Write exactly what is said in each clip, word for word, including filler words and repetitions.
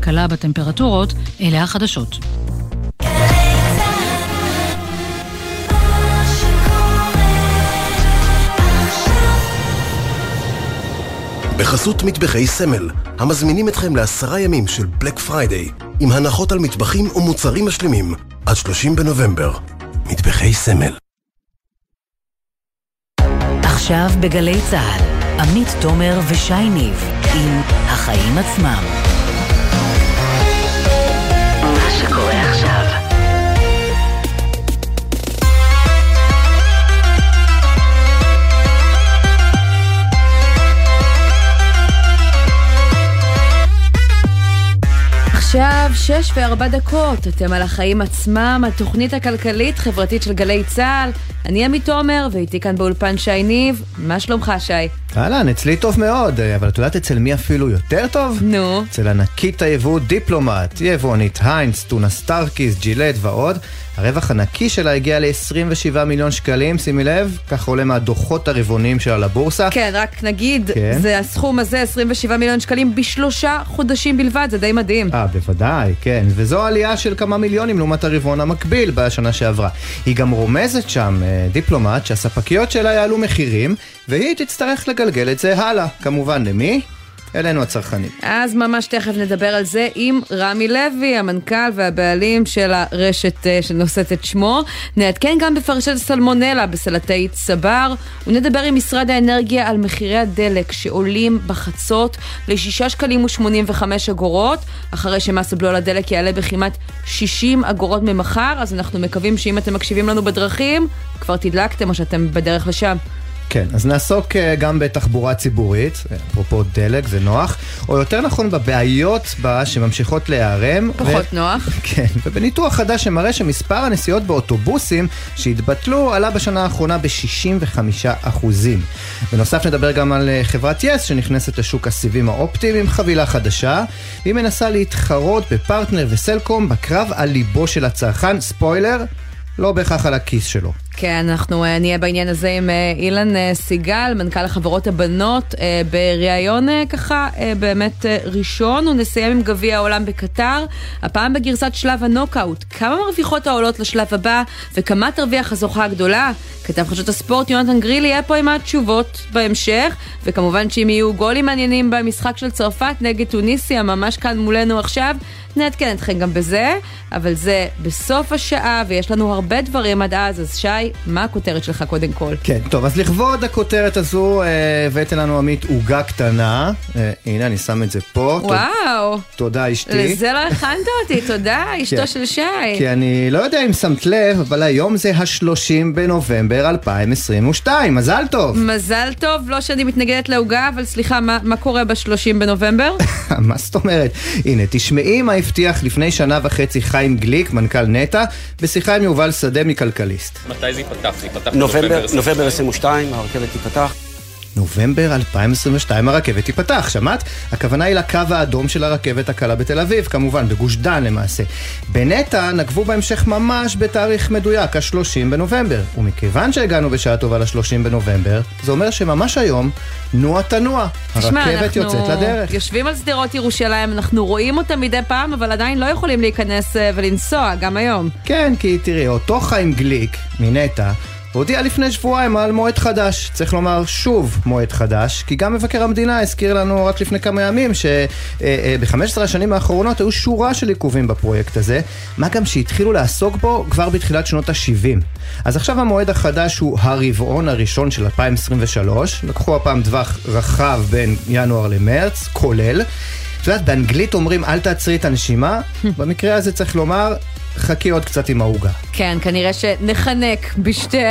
קלה בטמפרטורות, אלה החדשות. בחסות מטבחי סמל, המזמינים אתכם לעשרה ימים של בלק פריידיי, עם הנחות על מטבחים ומוצרים משלימים, עד שלושים בנובמבר. מטבחי סמל. עכשיו בגלי צהל, עמית תומר ושי ניב, עם החיים עצמם. מה שקורה עכשיו. עכשיו שש וארבע דקות, אתם על החיים עצמם, התוכנית הכלכלית חברתית של גלי צהל. אני עמית תומר, ואיתי כאן באולפן שי ניב. מה שלומך, שי? אהלן, אצלי טוב מאוד, אבל את יודעת אצל מי אפילו יותר טוב? נו. אצל ענקית היבוא דיפלומט, יבואנית היינץ, טונה סטארקיס, ג'ילט ועוד. הרווח הנקי שלה הגיע ל-עשרים ושבעה מיליון שקלים, שימי לב, כך עולה מהדוחות הרבעוניים שלה לבורסה. כן, רק נגיד, כן. זה הסכום הזה, עשרים ושבעה מיליון שקלים בשלושה חודשים בלבד, זה די מדהים. אה, בוודאי, כן. וזו עלייה של כמה מיליונים לעומת הרבעון המקביל בשנה שעברה. היא גם רומזת שם, דיפלומט, שהספקיות שלה יעלו מחירים, והיא תצטרך לגלגל את זה הלאה. כמובן, למי? אלינו הצרכנים. אז ממש תכף נדבר על זה עם רמי לוי, המנכ"ל והבעלים של הרשת שנושאת את שמו. נעדכן גם בפרשת סלמונלה בסלטי צבר, ונדבר עם משרד האנרגיה על מחירי הדלק שעולים בחצות ל-שישה שקלים ושמונים וחמש אגורות, אחרי שמס הבלו לדלק יעלה בכמעט שישים אגורות ממחר. אז אנחנו מקווים שאם אתם מקשיבים לנו בדרכים, כבר תדלקתם או שאתם בדרך לשם. כן, אז נעסוק גם בתחבורה ציבורית, אפרופו דלק, זה נוח, או יותר נכון בבעיות בה שממשיכות להיערם. פחות ו... נוח. כן, ובניתוח חדש שמראה שמספר הנסיעות באוטובוסים שהתבטלו עלה בשנה האחרונה ב-שישים וחמישה אחוזים. בנוסף נדבר גם על חברת יס שנכנסת לשוק הסיבים האופטיים עם חבילה חדשה, והיא מנסה להתחרות בפרטנר וסלקום בקרב על ליבו של הצרכן, ספוילר, לא בהכרח על הכיס שלו. כן, אנחנו נהיה בעניין הזה עם אילן סיגל, מנכ"ל החברות הבנות, בראיון ככה באמת ראשון, ונסיים עם גביע העולם בקטר, הפעם בגרסת שלב הנוקאוט. כמה מרוויחות העולות לשלב הבא, וכמה תרוויח הזוכה הגדולה? כתב חדשות הספורט יונתן גרילי יהיה פה עם התשובות בהמשך, וכמובן שאם יהיו גולים מעניינים במשחק של צרפת נגד טוניסיה, ממש כאן מולנו עכשיו, נעדכן אתכם גם בזה, אבל זה בסוף השעה, ויש לנו הרבה דברים עד אז, אז שי, מה הכותרת שלך קודם כל? כן, טוב, אז לכבוד הכותרת הזו, הבאתי לנו עמית עוגה קטנה, הנה אני שם את זה פה. וואו. תודה אשתי. לזה לא הכנת אותי, תודה, אשתו של שי. כי אני לא יודע אם שמת לב, אבל היום זה ה-שלושים בנובמבר אלפיים עשרים ושתיים, מזל טוב. מזל טוב, לא שאני מתנגדת לעוגה, אבל סליחה, מה, מה קורה ב-שלושים בנובמבר? מה זאת אומרת? הנה, תשמעי מה הבטיח לפני שנה וחצי חיים גליק, מנכ"ל נטע, בשיחה עם יובל שדה מכלכליסט. מתי זה ייפתח? זה ייפתח נובמבר, נובמבר עשרים ושתיים, הרכבת תיפתח. נובמבר אלפיים עשרים ושתיים הרכבת תיפתח, שמעת? הכוונה היא לקו האדום של הרכבת הקלה בתל אביב, כמובן, בגוש דן למעשה. בנטע נקבו בהמשך ממש בתאריך מדויק, ה-שלושים בנובמבר. ומכיוון שהגענו בשעה טובה ל-שלושים בנובמבר, זה אומר שממש היום, נוע תנוע. הרכבת יוצאת לדרך. יושבים על סדרות ירושלים, אנחנו רואים אותה מדי פעם, אבל עדיין לא יכולים להיכנס ולנסוע, גם היום. כן, כי תראי, אותו חיים גליק מנטע, הודיע לפני שבועיים על מועד חדש, צריך לומר שוב מועד חדש, כי גם מבקר המדינה הזכיר לנו רק לפני כמה ימים שב-חמש עשרה השנים האחרונות היו שורה של עיכובים בפרויקט הזה, מה גם שהתחילו לעסוק בו כבר בתחילת שנות ה-שבעים. אז עכשיו המועד החדש הוא הרבעון הראשון של אלפיים עשרים ושלוש, לקחו הפעם טווח רחב בין ינואר למרץ, כולל. את יודעת, באנגלית אומרים אל תעצרי את הנשימה, במקרה הזה צריך לומר חכי עוד קצת עם ההוגה. כן, כנראה שנחנק בשתי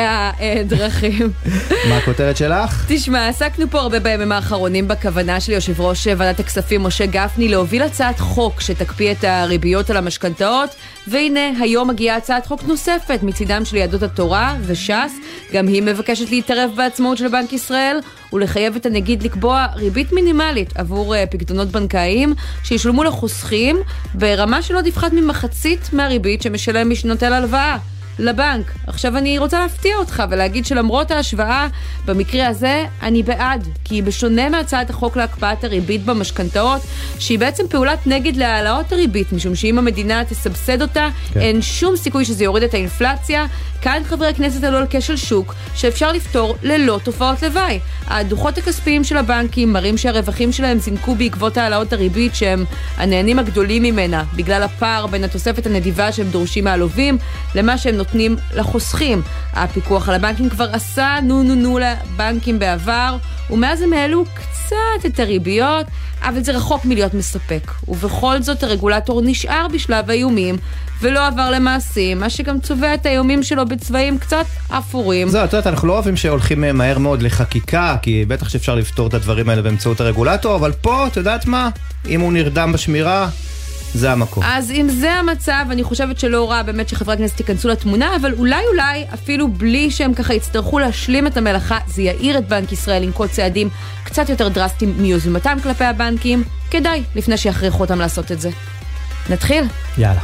הדרכים. מה הכותרת שלך? תשמע, עסקנו פה הרבה בימים האחרונים בכוונה של יושב ראש ועדת הכספים משה גפני להוביל הצעת חוק שתקפיא את הריביות על המשכנתאות, והנה היום מגיעה הצעת חוק נוספת מצידם של יהדות התורה וש"ס, גם היא מבקשת להתערב בעצמאות של בנק ישראל ולחייב את הנגיד לקבוע ריבית מינימלית עבור פקדונות בנקאיים שישולמו לחוסכים ברמה שלא תפחת ממחצית מהריבית שמשלם מי שנוטל הלוואה. לבנק. עכשיו אני רוצה להפתיע אותך ולהגיד שלמרות ההשוואה, במקרה הזה אני בעד, כי בשונה מהצעת החוק להקפאת הריבית במשכנתאות, שהיא בעצם פעולת נגד להעלאות הריבית, משום שאם המדינה תסבסד אותה, כן. אין שום סיכוי שזה יוריד את האינפלציה. כאן חברי הכנסת עלו על כשל שוק שאפשר לפתור ללא תופעות לוואי. הדוחות הכספיים של הבנקים מראים שהרווחים שלהם זינקו בעקבות העלאות הריבית שהם הנהנים הגדולים ממנה, בגלל הפער בין התוספת הנדיבה שהם דורשים מהלווים למה שהם נותנים לחוסכים. הפיקוח על הבנקים כבר עשה נו נו נו לבנקים בעבר, ומאז הם העלו קצת את הריביות, אבל זה רחוק מלהיות מספק. ובכל זאת הרגולטור נשאר בשלב האיומים ולא עבר למעשים, מה שגם צובע את האיומים שלו בצבעים קצת אפורים. זהו, את יודעת, אנחנו לא אוהבים שהולכים מהר מאוד לחקיקה, כי בטח שאפשר לפתור את הדברים האלה באמצעות הרגולטור, אבל פה, את יודעת מה? אם הוא נרדם בשמירה, זה המקום. אז אם זה המצב, אני חושבת שלא רע באמת שחברי הכנסת ייכנסו לתמונה, אבל אולי אולי אפילו בלי שהם ככה יצטרכו להשלים את המלאכה, זה יעיר את בנק ישראל לנקוט צעדים קצת יותר דרסטיים מיוזמתם כלפי הבנקים. כדאי, לפני שיכריחו אותם לעשות את זה. נתחיל? יאללה.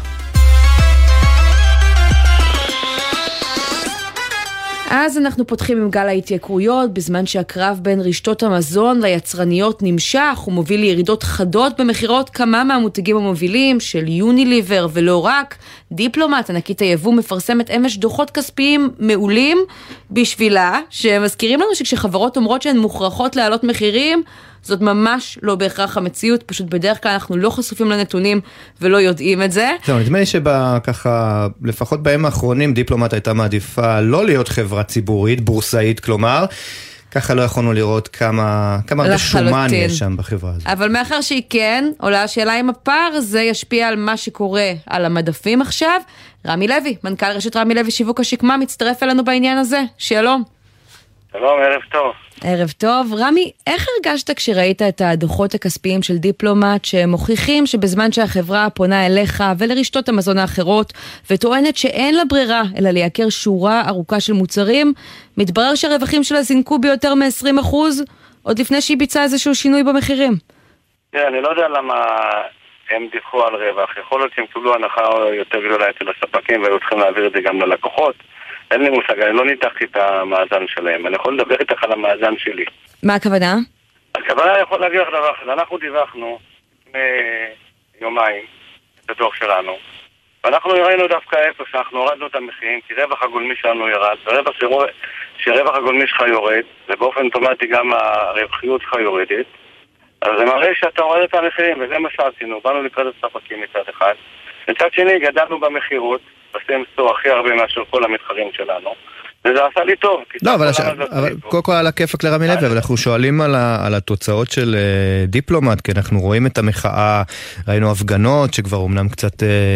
אז אנחנו פותחים עם גל ההתייקרויות, בזמן שהקרב בין רשתות המזון ליצרניות נמשך, ומוביל לירידות חדות במחירות כמה מהמותגים המובילים של יוניליבר ולא רק. דיפלומט, ענקית היבוא, מפרסמת אמש דוחות כספיים מעולים בשבילה, שמזכירים לנו שכשחברות אומרות שהן מוכרחות להעלות מחירים, זאת ממש לא בהכרח המציאות, פשוט בדרך כלל אנחנו לא חשופים לנתונים ולא יודעים את זה. זהו, נדמה לי שבככה, לפחות בהם האחרונים, דיפלומט הייתה מעדיפה לא להיות חברה ציבורית, בורסאית, כלומר, ככה לא יכולנו לראות כמה, כמה הרבה שומן יש שם בחברה הזאת. אבל מאחר שהיא כן, עולה השאלה אם הפער הזה ישפיע על מה שקורה על המדפים עכשיו. רמי לוי, מנכ"ל רשת רמי לוי שיווק השקמה, מצטרף אלינו בעניין הזה. שלום. שלום, ערב טוב. ערב טוב. רמי, איך הרגשת כשראית את הדוחות הכספיים של דיפלומט שמוכיחים שבזמן שהחברה פונה אליך ולרשתות המזון האחרות וטוענת שאין לה ברירה אלא לייקר שורה ארוכה של מוצרים, מתברר שהרווחים שלה זינקו ביותר מ-עשרים אחוז עוד לפני שהיא ביצעה איזשהו שינוי במחירים? כן, אני לא יודע למה הם דיווחו על רווח. יכול להיות שהם קיבלו הנחה יותר גדולה אצל הספקים והיו צריכים להעביר את זה גם ללקוחות. אין לי מושג, אני לא ניתחתי את המאזן שלהם. אני יכול לדבר איתך על המאזן שלי. מה הכוונה? הכוונה יכול להגיד לך דבר אחר. אנחנו דיווחנו מיומיים את הדוח שלנו, ואנחנו ראינו דווקא איפה שאנחנו הורדנו את המחירים, כי רווח הגולמי שלנו ירד, ורווח שרווח הגולמי שלך יורד, ובאופן אוטומטי גם הרווחיות שלך יורדת, אז זה מראה שאתה הורד את המחירים, וזה מה שעשינו. באנו לקראת הספקים מצד אחד. מצד שני, גדלנו במחירות, בסיים סטור הכי הרבה מאשר כל המתחרים שלנו, וזה עשה לי טוב. לא, אבל קודם כל על הכיפק לרמי לוי, אבל אנחנו שואלים על התוצאות של דיפלומט, כי אנחנו רואים את המחאה, ראינו הפגנות שכבר אומנם קצת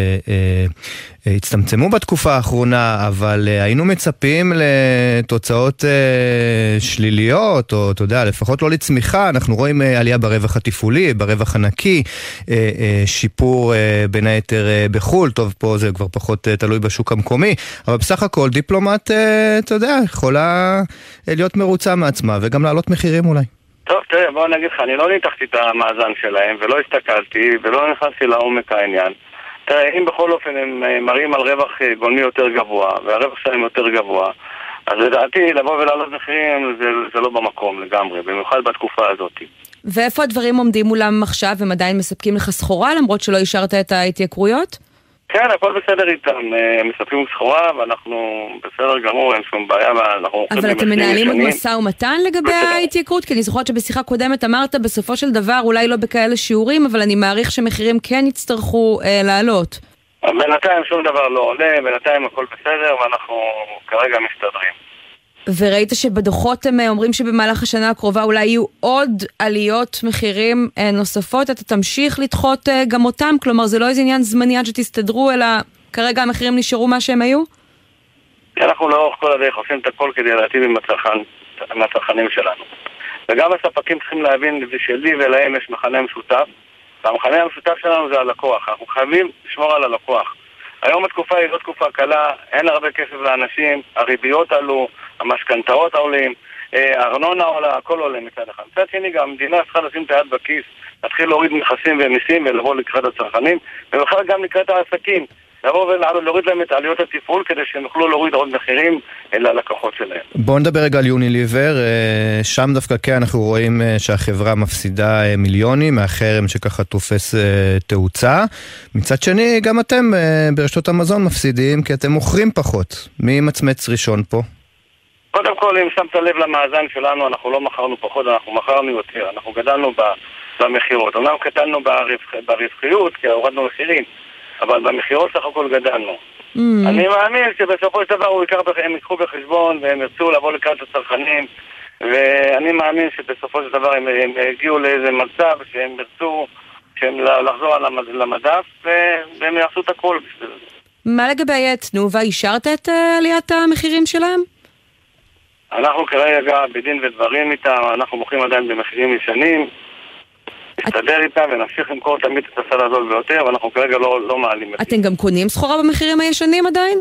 הצטמצמו בתקופה האחרונה, אבל היינו מצפים לתוצאות שליליות, או אתה יודע, לפחות לא לצמיחה. אנחנו רואים עלייה ברווח התפעולי, ברווח הנקי, שיפור בין היתר בחול, טוב, פה זה כבר פחות תלוי בשוק המקומי, אבל בסך הכל דיפלומט, אתה יודע, יכולה להיות מרוצה מעצמה, וגם לעלות מחירים אולי. טוב, תראה, בוא נגיד לך, אני לא ניתחתי את המאזן שלהם, ולא הסתכלתי, ולא נכנסתי לעומק העניין. תראה, אם בכל אופן הם מראים על רווח גולמי יותר גבוה, והרווח שלהם יותר גבוה, אז לדעתי לבוא ולעלות מחירים זה, זה לא במקום לגמרי, במיוחד בתקופה הזאת. ואיפה הדברים עומדים מולם עכשיו, הם עדיין מספקים לך סחורה, למרות שלא אישרת את ההתייקרויות? כן, הכל בסדר איתם, הם מספקים סחורה, ואנחנו בסדר גמור, אין שום בעיה, ואנחנו... אבל אתם מנהלים עוד משא ומתן לגבי ההתייקרות? כי אני זוכרת שבשיחה קודמת אמרת, בסופו של דבר, אולי לא בכאלה שיעורים, אבל אני מעריך שמחירים כן יצטרכו אה, לעלות. בינתיים שום דבר לא עולה, בינתיים הכל בסדר, ואנחנו כרגע מסתדרים. וראית שבדוחות הם אומרים שבמהלך השנה הקרובה אולי יהיו עוד עליות מחירים נוספות, אתה תמשיך לדחות גם אותם? כלומר זה לא איזה עניין זמני עד שתסתדרו, אלא כרגע המחירים נשארו מה שהם היו? אנחנו לאורך כל הדרך עושים את הכל כדי להטיב עם הצרכן, עם הצרכנים שלנו. וגם הספקים צריכים להבין שלי ולהם יש מכנה משותף, והמכנה המשותף שלנו זה הלקוח. אנחנו חייבים לשמור על הלקוח. היום התקופה היא לא תקופה קלה, אין הרבה כסף לאנשים, הריביות עלו, המשכנתאות עולים, הארנונה עולה, הכל עולה מצד אחד. מצד שני גם המדינה צריכה לשים את היד בכיס, להתחיל להוריד מכסים ומיסים ולבוא לקראת הצרכנים, ובכלל גם לקראת העסקים. לבוא ולהוריד להם את עלויות התפעול כדי שהם יוכלו להוריד עוד מחירים ללקוחות שלהם. בואו נדבר רגע על יוניליבר, שם דווקא כן אנחנו רואים שהחברה מפסידה מיליונים מהחרם שככה תופס תאוצה. מצד שני גם אתם ברשתות המזון מפסידים כי אתם מוכרים פחות. מי מצמץ ראשון פה? קודם כל, אם שמת לב למאזן שלנו, אנחנו לא מכרנו פחות, אנחנו מכרנו יותר. אנחנו גדלנו במחירות. אומנם קטלנו ברווחיות כי הורדנו מחירים. אבל במחירות סך הכל גדלנו. Mm. אני מאמין שבסופו של דבר הם ייקחו בחשבון והם ירצו לבוא לקראת הצרכנים, ואני מאמין שבסופו של דבר הם, הם הגיעו לאיזה מצב שהם ירצו שהם לחזור למדף והם יעשו את הכל בשביל זה. מה לגבי תנובה? אישרת את עליית המחירים שלהם? אנחנו כרגע בדין ודברים איתם, אנחנו מוכרים עדיין במחירים ישנים, נסתדר איתם ונמשיך למכור תמיד את הסל הזול ביותר, ואנחנו כרגע לא, לא מעלים את זה. אתם גם קונים סחורה במחירים הישנים עדיין?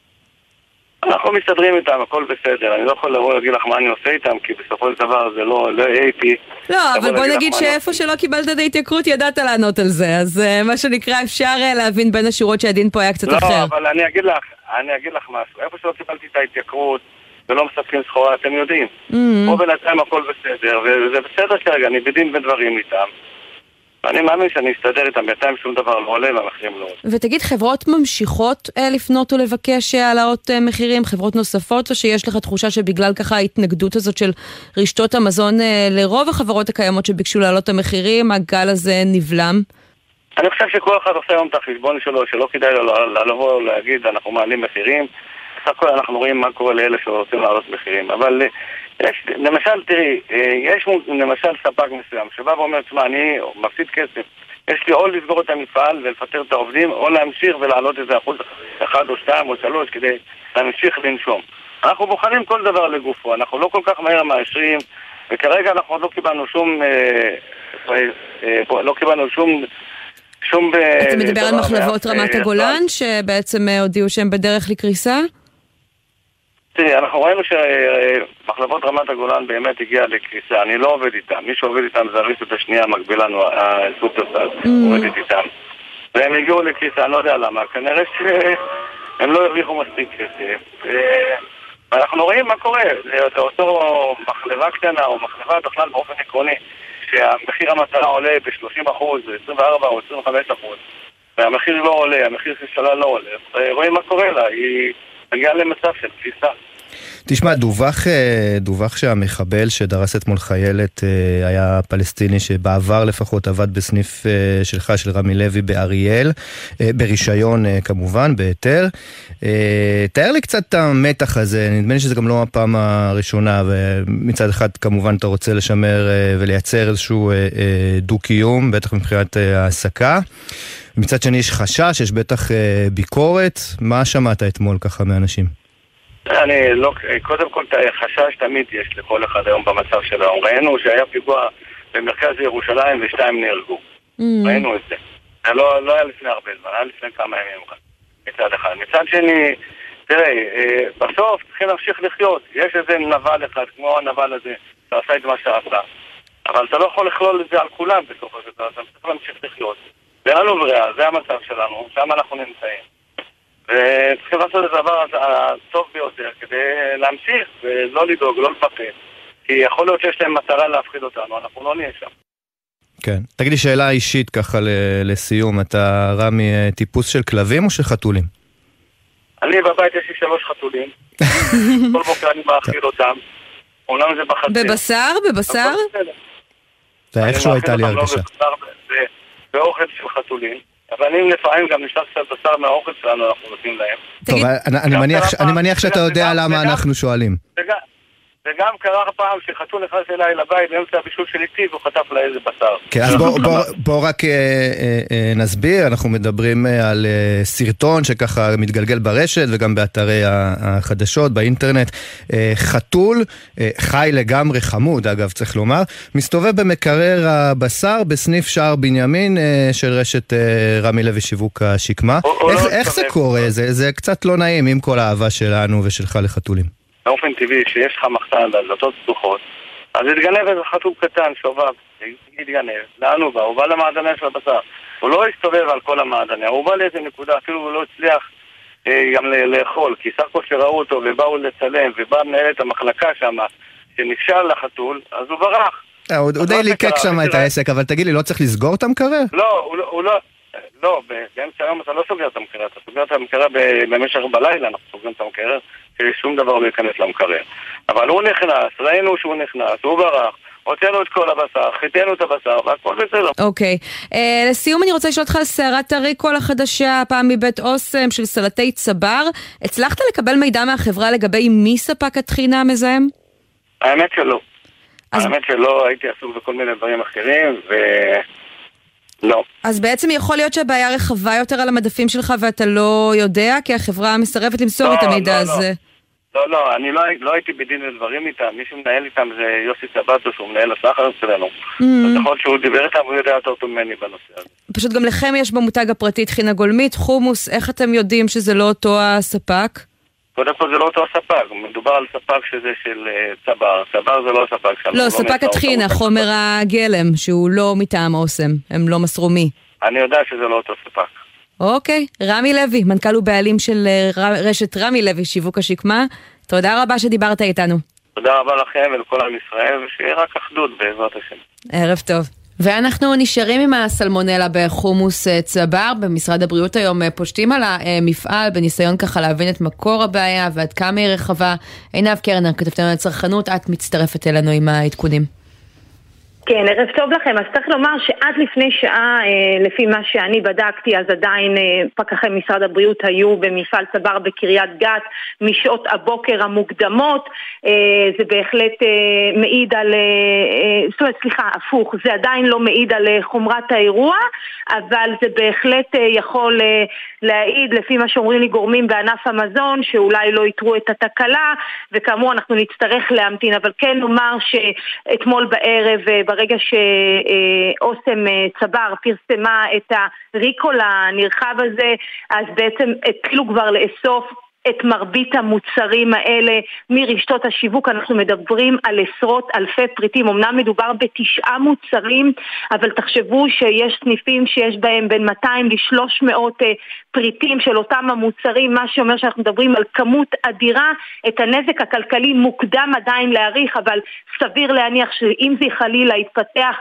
אנחנו מסתדרים איתם, הכל בסדר. אני לא יכול לבוא להגיד לך מה אני עושה איתם, כי בסופו של דבר זה לא, לא הייתי. לא, אבל בוא נגיד שאיפה שלא קיבלת את ההתייקרות, ידעת לענות על זה. אז uh, מה שנקרא, אפשר להבין בין השורות שהדין פה היה קצת לא, אחר. לא, אבל אני אגיד לך, אני אגיד לך משהו. איפה שלא קיבלתי את ההתייקרות, ולא מספקים סחורה, אתם יודעים. Mm-hmm. פה בינתיים הכל בסדר, וזה בסדר כרגע, אני בדין ודברים איתם. אני מאמין שאני אסתדר איתם, בינתיים שום דבר לא עולה והמחירים לא עולה. ותגיד, חברות ממשיכות אה, לפנות ולבקש העלאות אה, מחירים, חברות נוספות, או שיש לך תחושה שבגלל ככה ההתנגדות הזאת של רשתות המזון אה, לרוב החברות הקיימות שביקשו להעלות המחירים, הגל הזה נבלם? אני חושב שכל אחד עושה היום את החשבון שלו, שלא כדאי לו לבוא ולהגיד, אנחנו מעלים מחירים. בסך הכל אנחנו רואים מה קורה לאלה שרוצים להעלות מחירים. אבל יש, למשל, תראי, יש למשל ספק מסוים שבא ואומר, תשמע, אני מפסיד כסף. יש לי או לסגור את המפעל ולפטר את העובדים, או להמשיך ולהעלות איזה אחוז אחד או שתיים או שלוש כדי להמשיך לנשום. אנחנו בוחנים כל דבר לגופו, אנחנו לא כל כך מהר מאשרים, וכרגע אנחנו עוד לא קיבלנו שום, לא קיבלנו שום, שום... אתה מדבר על מחלבות רמת הגולן, שבעצם הודיעו שהם בדרך לקריסה? תראי, אנחנו ראינו שמחלבות רמת הגולן באמת הגיעה לקריסה. אני לא עובד איתם. מי שעובד איתם זה הרשת השנייה, מקבילה לנו, הסופרסל, עובדת איתם. והם הגיעו לקריסה, אני לא יודע למה. כנראה שהם לא הרוויחו מספיק כסף. ואנחנו רואים מה קורה. זה אותו מחלבה קטנה או מחלבה בכלל באופן עקרוני, שהמחיר המטרה עולה ב-שלושים אחוז, עשרים וארבע או עשרים וחמישה אחוז. והמחיר לא עולה, המחיר של שלה לא עולה. רואים מה קורה לה. היא... מגיע למצב של תפיסה. תשמע, דווח, דווח שהמחבל שדרס אתמול חיילת היה פלסטיני שבעבר לפחות עבד בסניף שלך, של רמי לוי באריאל, ברישיון כמובן, בהיתר. תאר לי קצת את המתח הזה, נדמה לי שזה גם לא הפעם הראשונה, ומצד אחד כמובן אתה רוצה לשמר ולייצר איזשהו דו-קיום, בטח מבחינת העסקה. מצד שני יש חשש, יש בטח ביקורת. מה שמעת אתמול ככה מאנשים? אני לא, קודם כל חשש תמיד יש לכל אחד היום במצב שלנו. ראינו שהיה פיגוע במרכז ירושלים ושתיים נהרגו. Mm. ראינו את זה. זה לא, לא היה לפני הרבה זמן, היה לפני כמה ימים מצד אחד. מצד שני, תראה, בסוף צריכים להמשיך לחיות. יש איזה נבל אחד, כמו הנבל הזה, שעשה את מה שעשה. אבל אתה לא יכול לכלול את זה על כולם בסופו של דבר, אתה צריך להמשיך לחיות. ואנו בריאה, זה המצב שלנו, שם אנחנו נמצאים. וצריכים לעשות את הדבר הטוב ביותר כדי להמשיך ולא לדאוג, לא לפחד. כי יכול להיות שיש להם מטרה להפחיד אותנו, אנחנו לא נהיה שם. כן. תגיד לי שאלה אישית ככה לסיום, אתה רמי טיפוס של כלבים או של חתולים? אני בבית יש לי שלוש חתולים. כל בוקר אני מאכיל אותם. אומנם זה בחצר. בבשר? בבשר? זה איכשהו הייתה לי הרגשה. באוכל של חתולים, אבל אם לפעמים גם נשאר קצת בשר מהאוכל שלנו, אנחנו נותנים להם. טוב, אני מניח שאתה יודע למה אנחנו שואלים. וגם קרה פעם שחתול נכנס אליי לבית באמצע הבישול של איתי והוא חטף לה איזה בשר. כן, אז בואו רק נסביר, אנחנו מדברים על סרטון שככה מתגלגל ברשת וגם באתרי החדשות, באינטרנט. חתול, חי לגמרי, חמוד אגב צריך לומר, מסתובב במקרר הבשר בסניף שער בנימין של רשת רמי לוי שיווק השקמה. איך זה קורה? זה קצת לא נעים עם כל האהבה שלנו ושלך לחתולים. באופן טבעי שיש לך מחסן והדלתות פתוחות, אז יתגנב איזה חתול קטן שובב, יתגנב, לאן הוא בא? הוא בא למעדניה של הבשר. הוא לא הסתובב על כל המעדניה, הוא בא לאיזה נקודה, אפילו הוא לא הצליח אה, גם לאכול, כי סך הכל שראו אותו ובאו לצלם, ובא מנהלת המחלקה שם, שנכשל לחתול, אז הוא ברח. הוא די ליקק שם את העסק, אבל תגיד לי, לא צריך לסגור את המקרר? לא, הוא לא... לא, באמצע היום אתה לא סוגר את המקרר, אתה סוגר את המקרר במשך בלילה, אנחנו סוגרים את המקרר, ששום דבר לא ייכנס למקרר. אבל הוא נכנס, ראינו שהוא נכנס, הוא ברח, הוצאנו את כל הבשר, חיתנו את הבשר, והכל בסדר. אוקיי. לסיום אני רוצה לשאול אותך על סערת הריקול החדשה, הפעם מבית אוסם של סלטי צבר. הצלחת לקבל מידע מהחברה לגבי מי ספק הטחינה המזהם? האמת שלא. האמת שלא, הייתי עסוק בכל מיני דברים אחרים, ו... לא. אז בעצם יכול להיות שהבעיה רחבה יותר על המדפים שלך ואתה לא יודע, כי החברה מסרבת למסור לא, את המידע לא, הזה. לא, לא, לא, אני לא, לא הייתי בדין לדברים איתם, מי שמנהל איתם זה יוסי סבתו, שהוא מנהל הסחר אצלנו. Mm-hmm. אז יכול שהוא דיבר איתם, הוא יודע יותר טוב ממני בנושא הזה. פשוט גם לכם יש במותג הפרטי טחינה גולמית, חומוס, איך אתם יודעים שזה לא אותו הספק? קודם כל זה לא אותו הספק, מדובר על ספק שזה של צבר, צבר זה לא ספק שלנו. לא, ספק הטחינה, חומר הגלם, שהוא לא מטעם אוסם, הם לא מסרו מי. אני יודע שזה לא אותו ספק. אוקיי, רמי לוי, מנכ"ל ובעלים של רשת רמי לוי, שיווק השקמה, תודה רבה שדיברת איתנו. תודה רבה לכם ולכל עם ישראל, ושיהיה רק אחדות בעזרת השם. ערב טוב. ואנחנו נשארים עם הסלמונלה בחומוס צבר. במשרד הבריאות היום פושטים על המפעל בניסיון ככה להבין את מקור הבעיה ועד כמה היא רחבה. עינב קרנר, כתבתנו על הצרכנות, את מצטרפת אלינו עם העדכונים. כן, ערב טוב לכם. אז צריך לומר שעד לפני שעה, לפי מה שאני בדקתי, אז עדיין פקחי משרד הבריאות היו במפעל צבר בקריית גת משעות הבוקר המוקדמות. זה בהחלט מעיד על, סליחה, הפוך, זה עדיין לא מעיד על חומרת האירוע, אבל זה בהחלט יכול להעיד, לפי מה שאומרים לי גורמים בענף המזון, שאולי לא יתרו את התקלה, וכאמור אנחנו נצטרך להמתין, אבל כן נאמר שאתמול בערב, ברגע שאוסם צבר פרסמה את הריקול הנרחב הזה, אז בעצם התחילו כבר לאסוף את מרבית המוצרים האלה מרשתות השיווק. אנחנו מדברים על עשרות אלפי פריטים, אמנם מדובר בתשעה מוצרים, אבל תחשבו שיש סניפים שיש בהם בין מאתיים ל-שלוש מאות פריטים של אותם המוצרים, מה שאומר שאנחנו מדברים על כמות אדירה. את הנזק הכלכלי מוקדם עדיין להעריך, אבל סביר להניח שאם זה חלילה יתפתח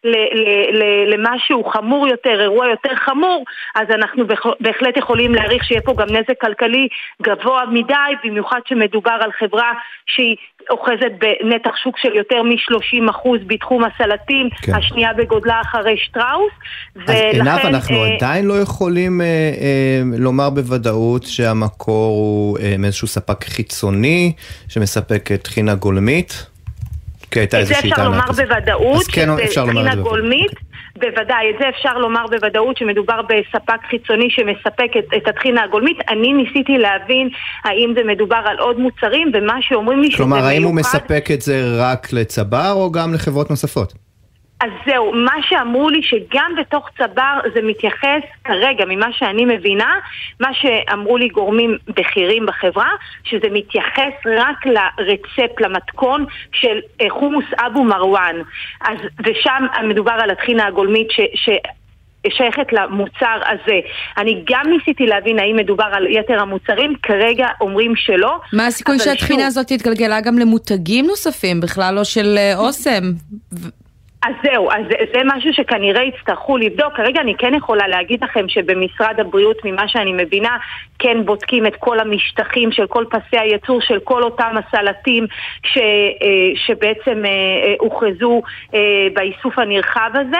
למשהו חמור יותר, אירוע יותר חמור, אז אנחנו בהחלט יכולים להעריך שיהיה פה גם נזק כלכלי גבוה מדי, במיוחד שמדובר על חברה שהיא אוחזת בנתח שוק של יותר מ-שלושים אחוז בתחום הסלטים, כן. השנייה בגודלה אחרי שטראוס. אז עינב, אנחנו אה... עדיין לא יכולים אה, אה, לומר בוודאות שהמקור הוא אה, מאיזשהו ספק חיצוני שמספק טחינה גולמית? את זה אפשר לומר בוודאות, שזה טחינה גולמית, בוודאי, את זה אפשר לומר בוודאות שמדובר בספק חיצוני שמספק את, את הטחינה הגולמית. אני ניסיתי להבין האם זה מדובר על עוד מוצרים, ומה שאומרים לי שזה מיוחד... כלומר, האם הוא מספק את זה רק לצבר או גם לחברות נוספות? אז זהו, מה שאמרו לי שגם בתוך צבר זה מתייחס כרגע, ממה שאני מבינה, מה שאמרו לי גורמים בכירים בחברה, שזה מתייחס רק לרצפט, למתכון של חומוס אבו מרואן. אז, ושם מדובר על הטחינה הגולמית ש... ש שייכת למוצר הזה. אני גם ניסיתי להבין האם מדובר על יתר המוצרים, כרגע אומרים שלא. מה הסיכוי שהטחינה שוב... הזאת תתגלגלה גם למותגים נוספים, בכלל לא של אוסם? אז זהו, אז זה, זה משהו שכנראה יצטרכו לבדוק. כרגע אני כן יכולה להגיד לכם שבמשרד הבריאות, ממה שאני מבינה, כן בודקים את כל המשטחים של כל פסי הייצור של כל אותם הסלטים ש, שבעצם הוכרזו באיסוף הנרחב הזה.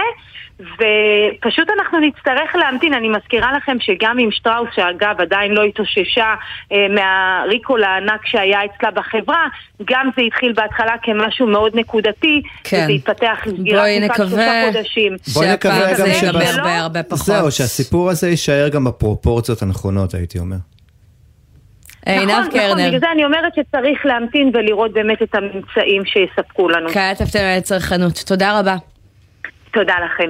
ופשוט אנחנו נצטרך להמתין. אני מזכירה לכם שגם עם שטראוס, שאגב עדיין לא התאוששה אה, מהריקול הענק שהיה אצלה בחברה, גם זה התחיל בהתחלה כמשהו מאוד נקודתי, כן. וזה התפתח לסגירת תקופת שלושה חודשים. בואי נקווה גם שבא הרבה הרבה פחות. זהו, שהסיפור הזה יישאר גם בפרופורציות הנכונות, הייתי אומר. נכון, נכון, בגלל זה אני אומרת שצריך להמתין ולראות באמת את הממצאים שיספקו לנו. כעת הפתן על הצרכנות. תודה רבה. תודה לכם.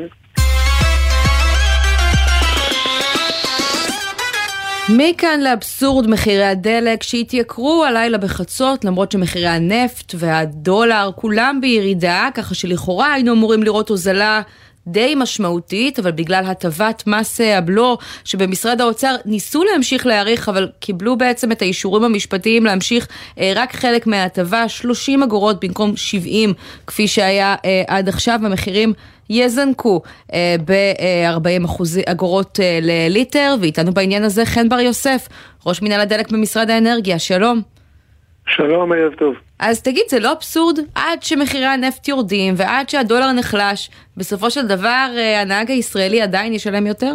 מכאן לאבסורד מחירי הדלק שהתייקרו הלילה בחצות, למרות שמחירי הנפט והדולר כולם בירידה, ככה שלכאורה היינו אמורים לראות הוזלה די משמעותית, אבל בגלל הטבת מס הבלו שבמשרד האוצר ניסו להמשיך להאריך, אבל קיבלו בעצם את האישורים המשפטיים להמשיך רק חלק מההטבה, שלושים אגורות במקום שבעים, כפי שהיה עד עכשיו. המחירים יזנקו ב-ארבעים אגורות לליטר, ואיתנו בעניין הזה חן בר יוסף, ראש מנהל הדלק במשרד האנרגיה. שלום. שלום, ערב טוב. אז תגיד, זה לא אבסורד? עד שמחירי הנפט יורדים ועד שהדולר נחלש, בסופו של דבר הנהג הישראלי עדיין ישלם יותר?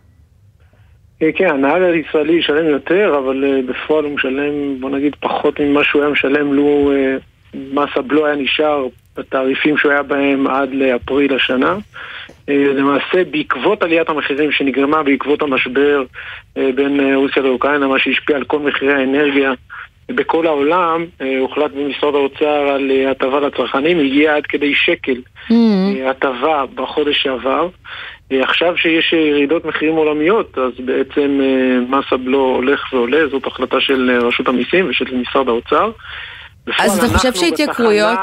כן, הנהג הישראלי ישלם יותר, אבל בפועל הוא משלם, בוא נגיד, פחות ממה שהוא היה משלם לו מס הבלו היה נשאר בתעריפים שהוא היה בהם עד לאפריל השנה. למעשה, בעקבות עליית המחירים שנגרמה בעקבות המשבר בין רוסיה לאוקראינה, מה שהשפיע על כל מחירי האנרגיה בכל העולם, הוחלט במשרד האוצר על הטבה לצרכנים, הגיע עד כדי שקל הטבה בחודש שעבר. עכשיו שיש ירידות מחירים עולמיות, אז בעצם מס הבלו הולך ועולה, זאת החלטה של רשות המיסים ושל משרד האוצר. אז אתה חושב שהתייקרויות...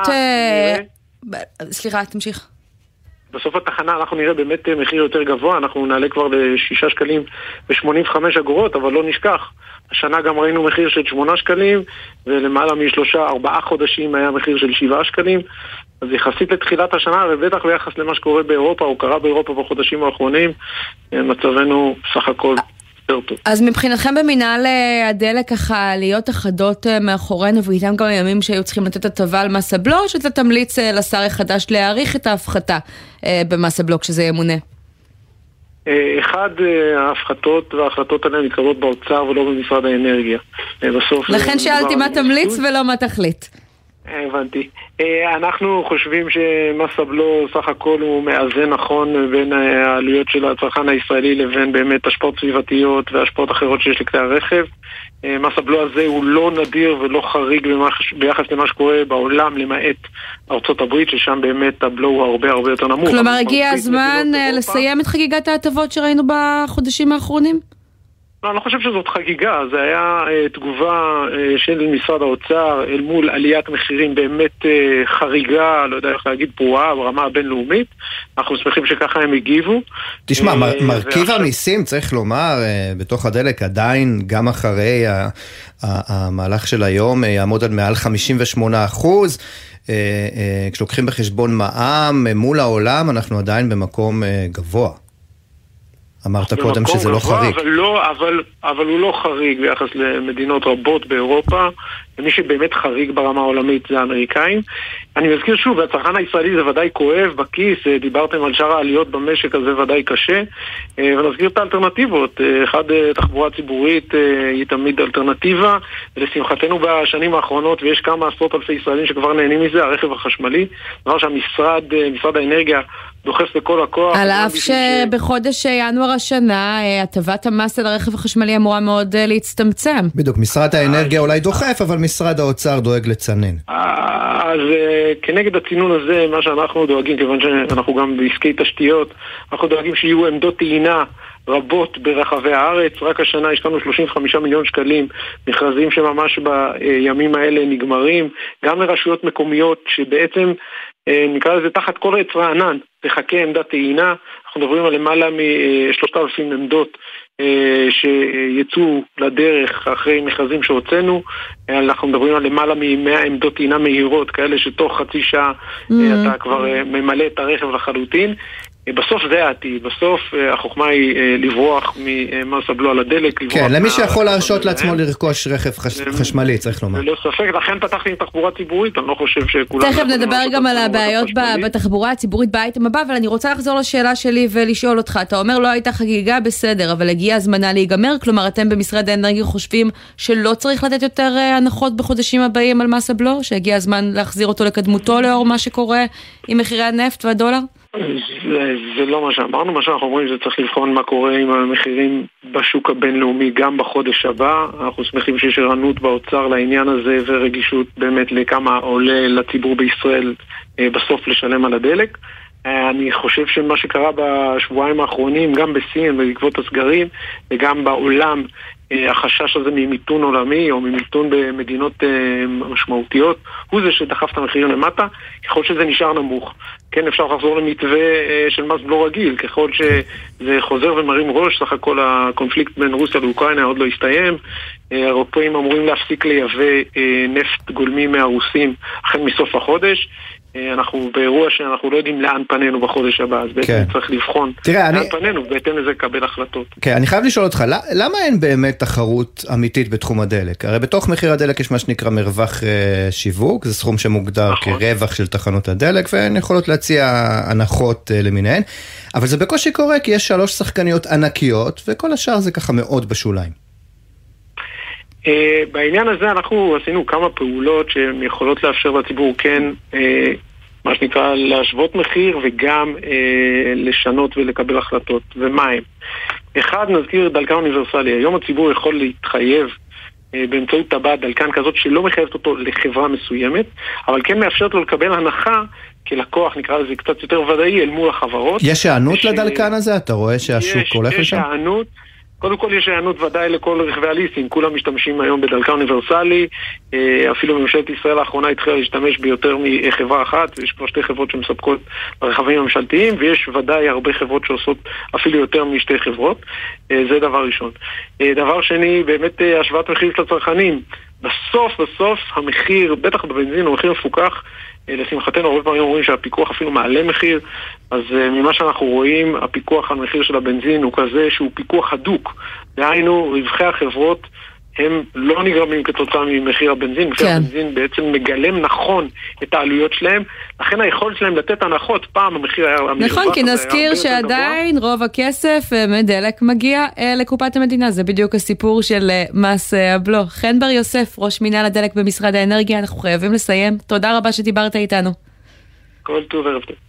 סליחה, תמשיך. בסוף התחנה אנחנו נראה באמת מחיר יותר גבוה, אנחנו נעלה כבר לשישה שקלים ושמונים וחמש אגורות, אבל לא נשכח. השנה גם ראינו מחיר של שמונה שקלים, ולמעלה משלושה, ארבעה חודשים היה מחיר של שבעה שקלים. אז יחסית לתחילת השנה, ובטח ביחס למה שקורה באירופה, או קרה באירופה בחודשים האחרונים, מצבנו סך הכל יותר טוב. אז מבחינתכם במנהל הדלק ככה להיות אחדות מאחורינו, ואיתם גם הימים שהיו צריכים לתת הטבה על מס הבלו, או שאתה תמליץ לשר החדש להאריך את ההפחתה במס הבלו כשזה ימונה? אחד, ההפחתות וההחלטות עליהן מתקבלות באוצר ולא במשרד האנרגיה. בסוף לכן שאלתי מה תמליץ ולא מה תחליט. הבנתי. אנחנו חושבים שמס הבלו סך הכל הוא מאזן נכון בין העלויות של הצרכן הישראלי לבין באמת השפעות סביבתיות והשפעות אחרות שיש לכלי הרכב. מס הבלו הזה הוא לא נדיר ולא חריג ביחס למה שקורה בעולם, למעט ארצות הברית, ששם באמת הבלו הוא הרבה הרבה יותר נמוך. כלומר, הגיע הזמן לסיים את חגיגת ההטבות שראינו בחודשים האחרונים? לא, אני לא חושב שזאת חגיגה, זה היה uh, תגובה uh, של משרד האוצר אל מול עליית מחירים באמת uh, חריגה, לא יודע איך להגיד פרועה, ברמה הבינלאומית. אנחנו שמחים שככה הם הגיבו. תשמע, uh, מ- מרכיב ועכשיו... המיסים, צריך לומר, uh, בתוך הדלק עדיין, גם אחרי ה- ה- המהלך של היום, uh, יעמוד על מעל חמישים ושמונה אחוז. Uh, uh, כשלוקחים בחשבון מע"מ uh, מול העולם, אנחנו עדיין במקום uh, גבוה. אמרת קודם שזה לא חריג. אבל, לא, אבל, אבל הוא לא חריג ביחס למדינות רבות באירופה, ומי שבאמת חריג ברמה העולמית זה האמריקאים. אני מזכיר שוב, הצרכן הישראלי זה ודאי כואב בכיס, דיברתם על שאר העליות במשק, אז זה ודאי קשה, ונזכיר את האלטרנטיבות. אחד, תחבורה ציבורית היא תמיד אלטרנטיבה, ולשמחתנו בשנים האחרונות, ויש כמה עשרות אלפי ישראלים שכבר נהנים מזה, הרכב החשמלי, דבר שהמשרד, משרד האנרגיה, דוחף בכל הכוח. על אף שבחודש ינואר השנה, הטבת המס על הרכב החשמלי אמורה מאוד להצטמצם. בדיוק, משרד האנרגיה אולי דוחף, אבל משרד האוצר דואג לצנן. אז כנגד הצינון הזה, מה שאנחנו דואגים, כיוון שאנחנו גם בעסקי תשתיות, אנחנו דואגים שיהיו עמדות טעינה רבות ברחבי הארץ. רק השנה יש לנו שלושים וחמישה מיליון שקלים מכרזים שממש בימים האלה נגמרים, גם לרשויות מקומיות שבעצם נקרא לזה תחת כל עץ רענן תחכה עמדת טעינה. אנחנו מדברים על למעלה מ-שלושת אלפים עמדות שיצאו לדרך אחרי מכרזים שהוצאנו. אנחנו מדברים על למעלה מ-מאה עמדות טעינה מהירות, כאלה שתוך חצי שעה אתה כבר ממלא את הרכב לחלוטין. בסוף זה העתיד, בסוף החוכמה היא לברוח ממס הבלו על הדלק. כן, למי שיכול להרשות לעצמו לרכוש רכב חשמלי, צריך לומר. ללא ספק, לכן פתחתי עם תחבורה ציבורית, אני לא חושב שכולם... תכף נדבר גם על הבעיות בתחבורה הציבורית באייטם הבא, אבל אני רוצה לחזור לשאלה שלי ולשאול אותך. אתה אומר לא הייתה חגיגה, בסדר, אבל הגיע הזמנה להיגמר, כלומר אתם במשרד האנרגיה חושבים שלא צריך לתת יותר הנחות בחודשים הבאים על מס הבלו, שהגיע הזמן להחזיר אותו לקדמותו לאור מה שקורה עם מחירי הנפט והדולר? זה, זה לא מה שאמרנו, מה שאנחנו אומרים זה צריך לבחון מה קורה עם המחירים בשוק הבינלאומי גם בחודש הבא. אנחנו שמחים שיש ערנות באוצר לעניין הזה ורגישות באמת לכמה עולה לציבור בישראל בסוף לשלם על הדלק. אני חושב שמה שקרה בשבועיים האחרונים, גם בסין ובעקבות הסגרים, וגם בעולם, החשש הזה ממיתון עולמי או ממיתון במדינות משמעותיות, הוא זה שדחף את המחירים למטה. ככל שזה נשאר נמוך, כן, אפשר לחזור למתווה של מס בלו רגיל, ככל שזה חוזר ומרים ראש, סך הכל הקונפליקט בין רוסיה לאוקראינה עוד לא הסתיים, האירופאים אמורים להפסיק לייבא נפט גולמי מהרוסים החל מסוף החודש. אנחנו באירוע שאנחנו לא יודעים לאן פנינו בחודש הבא, אז בעצם כן. צריך לבחון תראה, לאן אני... פנינו, בהתאם לזה לקבל החלטות. כן, אני חייב לשאול אותך, למה אין באמת תחרות אמיתית בתחום הדלק? הרי בתוך מחיר הדלק יש מה שנקרא מרווח אה, שיווק, זה סכום שמוגדר נכון. כרווח של תחנות הדלק, והן יכולות להציע הנחות אה, למיניהן, אבל זה בקושי קורה, כי יש שלוש שחקניות ענקיות, וכל השאר זה ככה מאוד בשוליים. Uh, בעניין הזה אנחנו עשינו כמה פעולות שהן יכולות לאפשר לציבור כן, uh, מה שנקרא, להשוות מחיר וגם uh, לשנות ולקבל החלטות. ומה הם? אחד, נזכיר דלקן אוניברסלי. היום הציבור יכול להתחייב uh, באמצעות טבעת דלקן כזאת שלא מחייבת אותו לחברה מסוימת, אבל כן מאפשרת לו לקבל הנחה כלקוח, נקרא לזה קצת יותר ודאי, אל מול החברות. יש הענות ש... לדלקן הזה? אתה רואה שהשוק יש, הולך לשם? יש הענות. קודם כל יש הענות ודאי לכל רכבי הליסינג, כולם משתמשים היום בדלקן אוניברסלי, אפילו ממשלת ישראל האחרונה התחילה להשתמש ביותר מחברה אחת, יש כבר שתי חברות שמספקות לרכבים הממשלתיים, ויש ודאי הרבה חברות שעושות אפילו יותר משתי חברות, זה דבר ראשון. דבר שני, באמת השוואת מחיר של הצרכנים, בסוף בסוף המחיר, בטח בבנזין, הוא מחיר מפוקח, לשמחתנו הרבה פעמים אומרים שהפיקוח אפילו מעלה מחיר, אז ממה שאנחנו רואים, הפיקוח על מחיר של הבנזין הוא כזה שהוא פיקוח הדוק. דהיינו, רווחי החברות הם לא נגרמים כתוצאה ממחיר הבנזין, מחיר כן. הבנזין בעצם מגלם נכון את העלויות שלהם, לכן היכולת שלהם לתת הנחות, פעם המחיר היה... נכון, כי נזכיר שעדיין רוב הכסף מדלק מגיע לקופת המדינה, זה בדיוק הסיפור של מס הבלו. חן בר יוסף, ראש מינהל הדלק במשרד האנרגיה, אנחנו חייבים לסיים. תודה רבה שדיברת איתנו. כל טוב ערב טוב.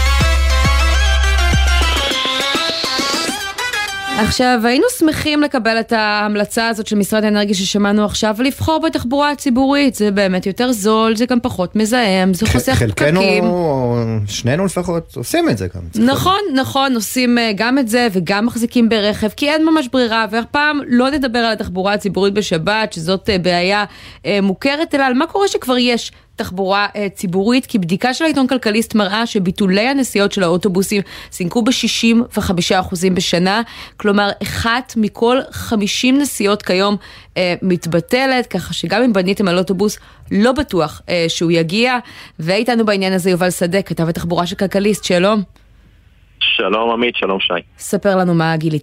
עכשיו, היינו שמחים לקבל את ההמלצה הזאת של משרד האנרגיה ששמענו עכשיו, ולבחור בתחבורה הציבורית. זה באמת יותר זול, זה גם פחות מזהם, זה חוסך פקקים. חלקנו, שנינו לפחות, עושים את זה גם. נכון, נכון, עושים גם את זה וגם מחזיקים ברכב, כי אין ממש ברירה, והפעם לא נדבר על התחבורה הציבורית בשבת, שזאת בעיה מוכרת, אלא על מה קורה שכבר יש תחבורה ציבורית, כי בדיקה של העיתון כלכליסט מראה שביטולי הנסיעות של האוטובוסים סינקו ב-שישים וחמישה אחוזים בשנה, כלומר, אחת מכל חמישים נסיעות כיום אה, מתבטלת, ככה שגם אם בניתם על אוטובוס, לא בטוח אה, שהוא יגיע, ואיתנו בעניין הזה יובל שדה, כתב התחבורה של כלכליסט, שלום. שלום עמית, שלום שי. ספר לנו מה גילית.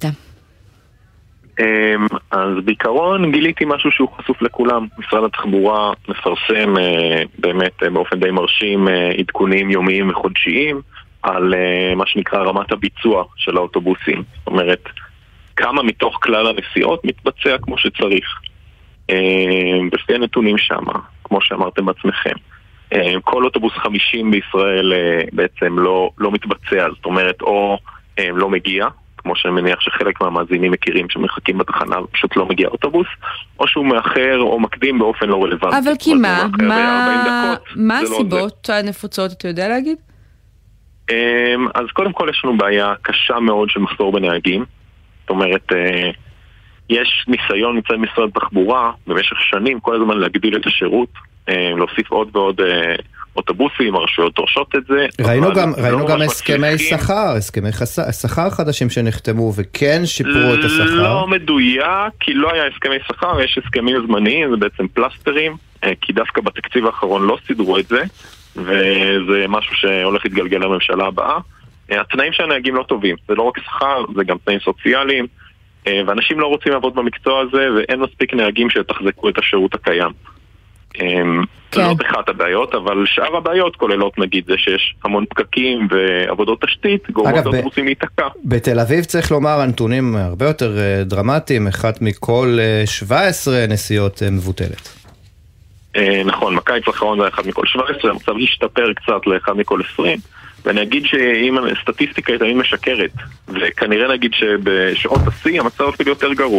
אז בעיקרון גיליתי משהו שהוא חשוף לכולם. משרד התחבורה מפרסם באמת באופן די מרשים עדכונים יומיים וחודשיים על מה שנקרא רמת הביצוע של האוטובוסים. זאת אומרת, כמה מתוך כלל הנסיעות מתבצע כמו שצריך. לפי הנתונים שם, כמו שאמרתם בעצמכם, כל אוטובוס חמישים בישראל בעצם לא, לא מתבצע, זאת אומרת, או לא מגיע, כמו שאני מניח שחלק מהמאזינים מכירים שמחכים בתחנה, פשוט לא מגיע אוטובוס, או שהוא מאחר או מקדים באופן לא רלוונטי. אבל כי מה? מה, מה הסיבות הנפוצות, אתה יודע להגיד? אז קודם כל יש לנו בעיה קשה מאוד של מחסור בנהגים. זאת אומרת, יש ניסיון מצד משרד התחבורה במשך שנים כל הזמן להגדיל את השירות, להוסיף עוד ועוד אוטובוסים, הרשויות דורשות את זה. ראינו גם, ראינו גם הסכמי שכר, הסכמי שכר חדשים שנחתמו וכן שיפרו את השכר. לא מדויק, כי לא היה הסכמי שכר, יש הסכמים זמניים, זה בעצם פלסטרים, כי דווקא בתקציב האחרון לא סידרו את זה, וזה משהו שהולך להתגלגל לממשלה הבאה. התנאים שהנהגים לא טובים, זה לא רק שכר, זה גם תנאים סוציאליים, ואנשים לא רוצים לעבוד במקצוע הזה, ואין מספיק נהגים שתחזקו את השירות הקיים. זאת אחת הבעיות, אבל שאר הבעיות כוללות נגיד זה שיש המון פקקים ועבודות תשתית, גורמות אוטובוסים להיתקע. בתל אביב צריך לומר הנתונים הרבה יותר דרמטיים, אחת מכל שבע עשרה נסיעות מבוטלת. נכון, בקיץ האחרון זה אחד מכל שבע עשרה, המצב השתפר קצת לאחד מכל עשרים, ואני אגיד שאם הסטטיסטיקה היא תמיד משקרת, וכנראה נגיד שבשעות השיא המצב אפילו יותר גרוע.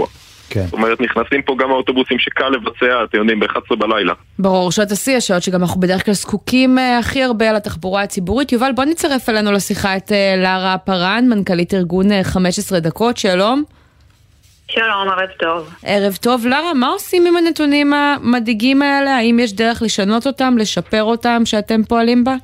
כן. זאת אומרת, נכנסים פה גם האוטובוסים שקל לבצע, אתם יודעים, ב-אחת עשרה בלילה. ברור, שעות השיא, השעות שגם אנחנו בדרך כלל זקוקים הכי הרבה על התחבורה הציבורית. יובל, בוא נצרף אלינו לשיחה את לרה פרן, מנכ"לית ארגון חמש עשרה דקות, שלום. שלום, ערב טוב. ערב טוב. לרה, מה עושים עם הנתונים המדאיגים האלה? האם יש דרך לשנות אותם, לשפר אותם, שאתם פועלים בה?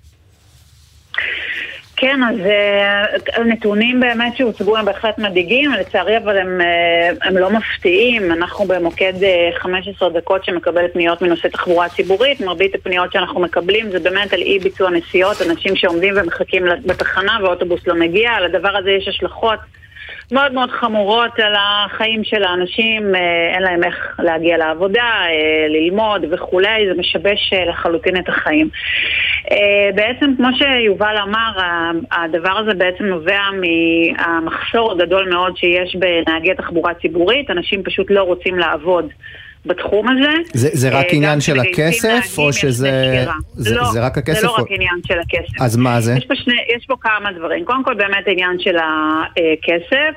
כן, אז הנתונים באמת שהוצגו הם בהחלט מדאיגים, לצערי אבל הם, הם לא מפתיעים. אנחנו במוקד חמש עשרה דקות שמקבל פניות מנושא תחבורה ציבורית, מרבית הפניות שאנחנו מקבלים זה באמת על אי ביצוע נסיעות, אנשים שעומדים ומחכים בתחנה ואוטובוס לא מגיע. על הדבר הזה יש השלכות מאוד מאוד חמורות על החיים של האנשים, אין להם איך להגיע לעבודה, ללמוד וכולי, זה משבש לחלוטין את החיים. בעצם, כמו שיובל אמר, הדבר הזה בעצם נובע מהמחסור הגדול מאוד שיש בנהגי תחבורה ציבורית, אנשים פשוט לא רוצים לעבוד בתחום הזה. זה, זה רק עניין של הכסף, או שזה... זה, לא, זה רק הכסף? זה לא או... רק עניין של הכסף. אז מה זה? יש פה, שני, יש פה כמה דברים. קודם כל באמת העניין של הכסף,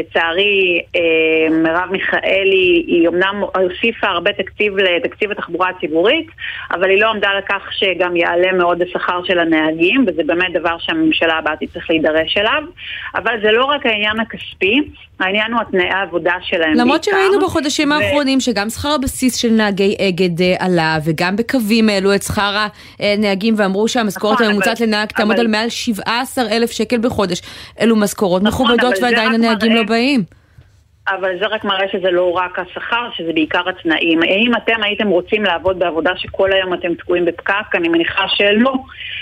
שלצערי מרב מיכאלי, היא אמנם הוסיפה הרבה תקציב לתקציב התחבורה הציבורית, אבל היא לא עמדה לכך שגם יעלה מאוד השכר של הנהגים, וזה באמת דבר שהממשלה הבאה תצטרך להידרש אליו. אבל זה לא רק העניין הכספי, העניין הוא התנאי העבודה שלהם. למרות שראינו בחודשים האחרונים שגם שכר הבסיס של נהגי אגד עלה, וגם בקווים העלו את שכר הנהגים, ואמרו שהמשכורת הממוצעת לנהג תעמוד על מעל שבעה עשר אלף שקל בחודש. אלו משכורות מכובדות ועדיין הנהגים לא באים. אבל זה רק מראה שזה לא רק השכר, שזה בעיקר התנאים. האם אתם הייתם רוצים לעבוד בעבודה שכל היום אתם תקועים בפקק? אני מניחה שלא.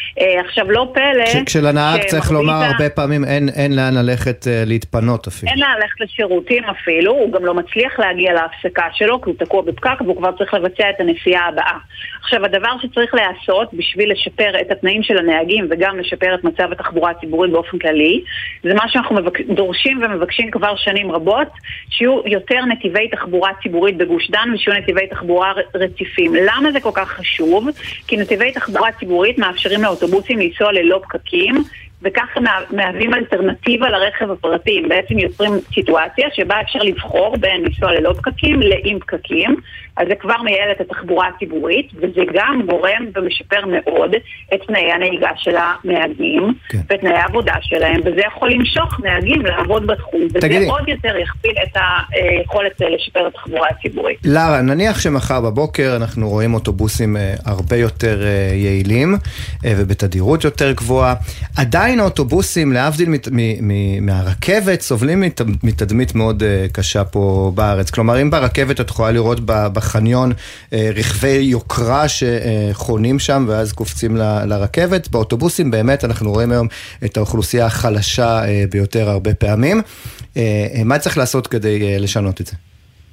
עכשיו לא פלא... כשלנהג צריך לומר הרבה פעמים אין, אין לאן ללכת להתפנות אפילו. אין לאן ללכת לשירותים אפילו, הוא גם לא מצליח להגיע להפסקה שלו, כי הוא תקוע בפקק והוא כבר צריך לבצע את הנסיעה הבאה. עכשיו הדבר שצריך לעשות בשביל לשפר את התנאים של הנהגים וגם לשפר את מצב התחבורה הציבורית באופן כללי, זה מה שאנחנו מבק... דורשים ומבקשים כבר שנים רבות, שיהיו יותר נתיבי תחבורה ציבורית בגוש דן ושיהיו נתיבי תחבורה רציפים. למה זה כל כך חשוב? כי נתיבי תחבורה ציבורית מאפשרים לאוטובוסים לנסוע ללא פקקים, וככה מהווים אלטרנטיבה לרכב הפרטי. בעצם יוצרים סיטואציה שבה אפשר לבחור בין לנסוע ללא פקקים לעם פקקים, אז זה כבר מייעל את התחבורה הציבורית, וזה גם גורם ומשפר מאוד את תנאי הנהיגה של הנהגים, כן. ותנאי העבודה שלהם, וזה יכול למשוך נהגים לעבוד בתחום, וזה תגידי. עוד יותר יכפיל את היכולת לשפר את התחבורה הציבורית. לרה, נניח שמחר בבוקר אנחנו רואים אוטובוסים הרבה יותר יעילים, ובתדירות יותר גבוהה, עדיין האוטובוסים, להבדיל מת, מ, מ, מהרכבת, סובלים מת, מתדמית מאוד קשה פה בארץ. כלומר, אם ברכבת את יכולה לראות בחניון רכבי יוקרה שחונים שם ואז קופצים ל, לרכבת, באוטובוסים באמת אנחנו רואים היום את האוכלוסייה החלשה ביותר הרבה פעמים. מה צריך לעשות כדי לשנות את זה?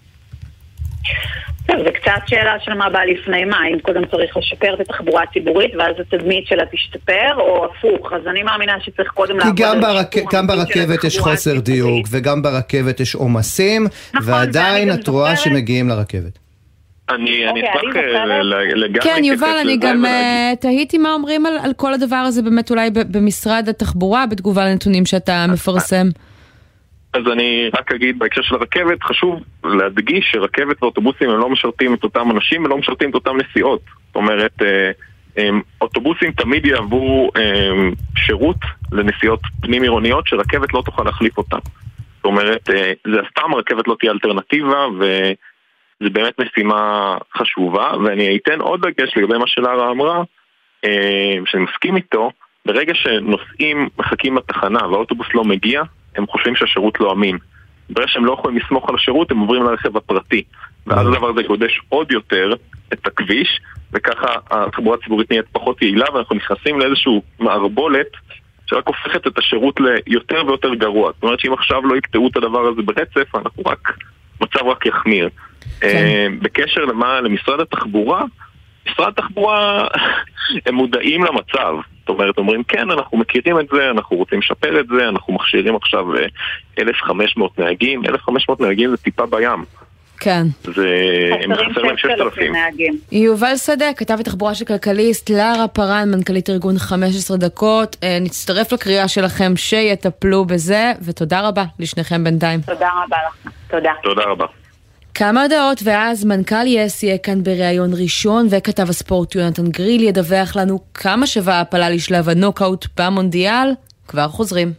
זה קצת שאלה של מה בא לפני מה, אם קודם צריך לשפר את התחבורה הציבורית ואז התדמית שלה תשתפר, או הפוך. אז אני מאמינה שצריך קודם לעבוד... כי גם ברכבת יש חוסר דיוק, וגם ברכבת יש עומסים, ועדיין את רואה שמגיעים לרכבת. אני אשמח לגמרי... כן, יובל, אני גם תהיתי מה אומרים על כל הדבר הזה באמת אולי במשרד התחבורה, בתגובה לנתונים שאתה מפרסם. אז אני רק אגיד, בהקשר של הרכבת, חשוב להדגיש שרכבת ואוטובוסים הם לא משרתים את אותם אנשים, הם לא משרתים את אותם נסיעות. זאת אומרת, אוטובוסים תמיד יעבו שירות לנסיעות פנים עירוניות, שרכבת לא תוכל להחליף אותם. זאת אומרת, זה סתם, הרכבת לא תהיה אלטרנטיבה, וזה באמת משימה חשובה, ואני אתן עוד דגש לגבי מה שלרה אמרה, שאני מסכים איתו, ברגע שנוסעים מחכים בתחנה והאוטובוס לא מגיע, הם חושבים שהשירות לא אמין. ברגע שהם לא יכולים לסמוך על השירות, הם עוברים לרכב הפרטי. ואז הדבר הזה גודש עוד יותר את הכביש, וככה התחבורה הציבורית נהיית פחות יעילה, ואנחנו נכנסים לאיזשהו מערבולת שרק הופכת את השירות ליותר ויותר גרוע. זאת אומרת שאם עכשיו לא יקטעו את הדבר הזה ברצף, אנחנו רק, מצב רק יחמיר. כן. בקשר למה, למשרד התחבורה, משרד התחבורה הם מודעים למצב. זאת אומרת, אומרים, כן, אנחנו מכירים את זה, אנחנו רוצים לשפר את זה, אנחנו מכשירים עכשיו אלף וחמש מאות נהגים, אלף וחמש מאות נהגים זה טיפה בים. כן. זה... הם חסר להם ששת אלפים. יובל שדה, כתב התחבורה של כלכליסט, לרה פרן, מנכ"לית ארגון חמש עשרה דקות, נצטרף לקריאה שלכם שיטפלו בזה, ותודה רבה לשניכם בינתיים. תודה רבה לכם. תודה. תודה רבה. כמה דעות, ואז מנכ"ל יס יהיה כאן בריאיון ראשון, וכתב הספורט יונתן גריל ידווח לנו כמה שווה ההפלה לשלב הנוקאוט במונדיאל. כבר חוזרים.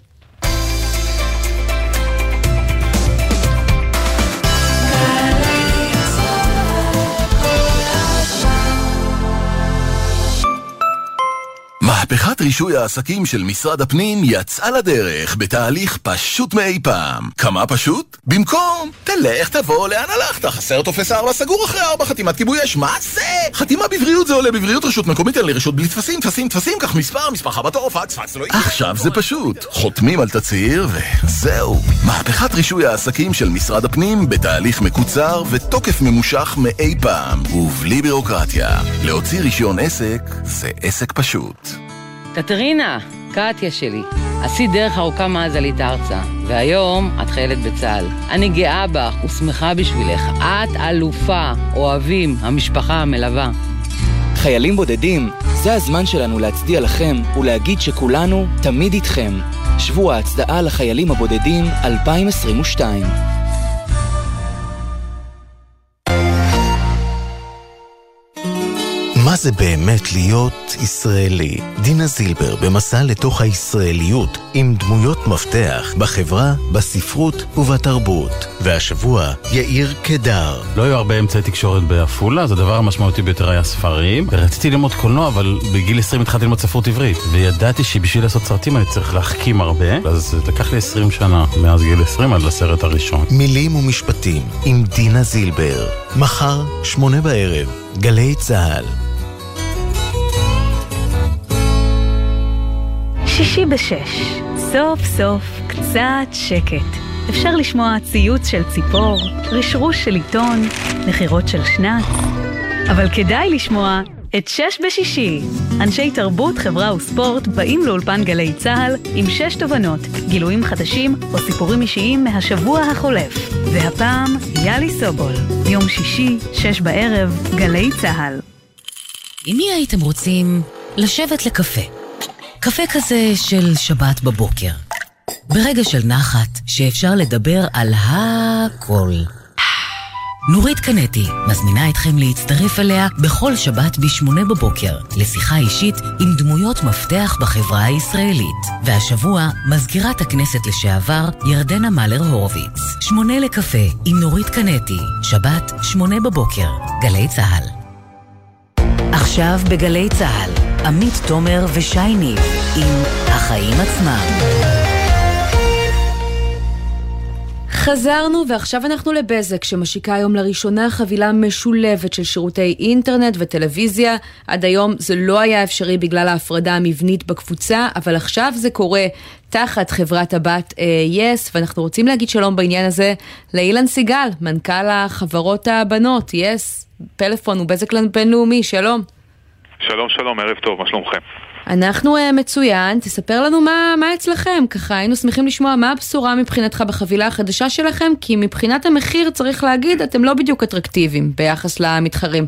מהפכת רישוי העסקים של משרד הפנים יצאה לדרך בתהליך פשוט מאי פעם. כמה פשוט? במקום תלך תבוא לאן הלכת, חסר טופס ארבע סגור אחרי ארבע, חתימת כיבוי אש, מה זה? חתימה בבריאות זה עולה בבריאות, רשות מקומית אין לי רשות בלי תפסים, תפסים, תפסים, כך מספר, מספר בתור, פקס, פקס, לא יקרה. עכשיו זה פשוט, חותמים על תצהיר וזהו. מהפכת רישוי העסקים של משרד הפנים בתהליך מקוצר ותוקף ממושך מאי פעם, ובלי בירוקרטיה. להוציא רישיון עסק זה עסק פשוט. קטרינה, קטיה שלי, עשית דרך ארוכה מאז עלית ארצה, והיום את חיילת בצה"ל. אני גאה בך ושמחה בשבילך. את אלופה, אוהבים, המשפחה המלווה. חיילים בודדים, זה הזמן שלנו להצדיע לכם ולהגיד שכולנו תמיד איתכם. שבוע ההצדעה לחיילים הבודדים אלפיים עשרים ושתיים. מה זה באמת להיות ישראלי? דינה זילבר במסע לתוך הישראליות עם דמויות מפתח בחברה, בספרות ובתרבות. והשבוע יאיר קדר. לא היו הרבה אמצעי תקשורת באפולה, זה הדבר המשמעותי ביותר היה ספרים. רציתי ללמוד קולנוע, אבל בגיל עשרים התחלתי ללמוד ספרות עברית, וידעתי שבשביל לעשות סרטים אני צריך להחכים הרבה, אז לקח לי עשרים שנה מאז גיל עשרים עד לסרט הראשון. מילים ומשפטים עם דינה זילבר. מחר, שמונה בערב, גלי צהל. שישי בשש, סוף סוף קצת שקט. אפשר לשמוע ציוץ של ציפור, רשרוש של עיתון, נחירות של שנץ. אבל כדאי לשמוע את שש בשישי. אנשי תרבות, חברה וספורט באים לאולפן גלי צהל עם שש תובנות, גילויים חדשים או סיפורים אישיים מהשבוע החולף. והפעם יאלי סובול. יום שישי, שש בערב, גלי צהל. עם מי הייתם רוצים לשבת לקפה? קפה כזה של שבת בבוקר. ברגע של נחת שאפשר לדבר על הכל. נורית קנטי מזמינה אתכם להצטרף אליה בכל שבת בשמונה בבוקר לשיחה אישית עם דמויות מפתח בחברה הישראלית. והשבוע מזכירת הכנסת לשעבר ירדנה מלר הורוביץ. שמונה לקפה עם נורית קנטי, שבת שמונה בבוקר, גלי צהל. עכשיו בגלי צהל, עמית תומר ושי ניב עם החיים עצמם. חזרנו ועכשיו אנחנו לבזק שמשיקה היום לראשונה חבילה משולבת של שירותי אינטרנט וטלוויזיה. עד היום זה לא היה אפשרי בגלל ההפרדה המבנית בקבוצה, אבל עכשיו זה קורה תחת חברת הבת יס, ואנחנו רוצים להגיד שלום בעניין הזה לאילן סיגל, מנכ"ל החברות הבנות יס, פלאפון ובזק בינלאומי. שלום. שלום שלום, ערב טוב, מה שלומכם? אנחנו uh, מצוין, תספר לנו מה, מה אצלכם, ככה היינו שמחים לשמוע מה הבשורה מבחינתך בחבילה החדשה שלכם, כי מבחינת המחיר צריך להגיד, אתם לא בדיוק אטרקטיביים ביחס למתחרים.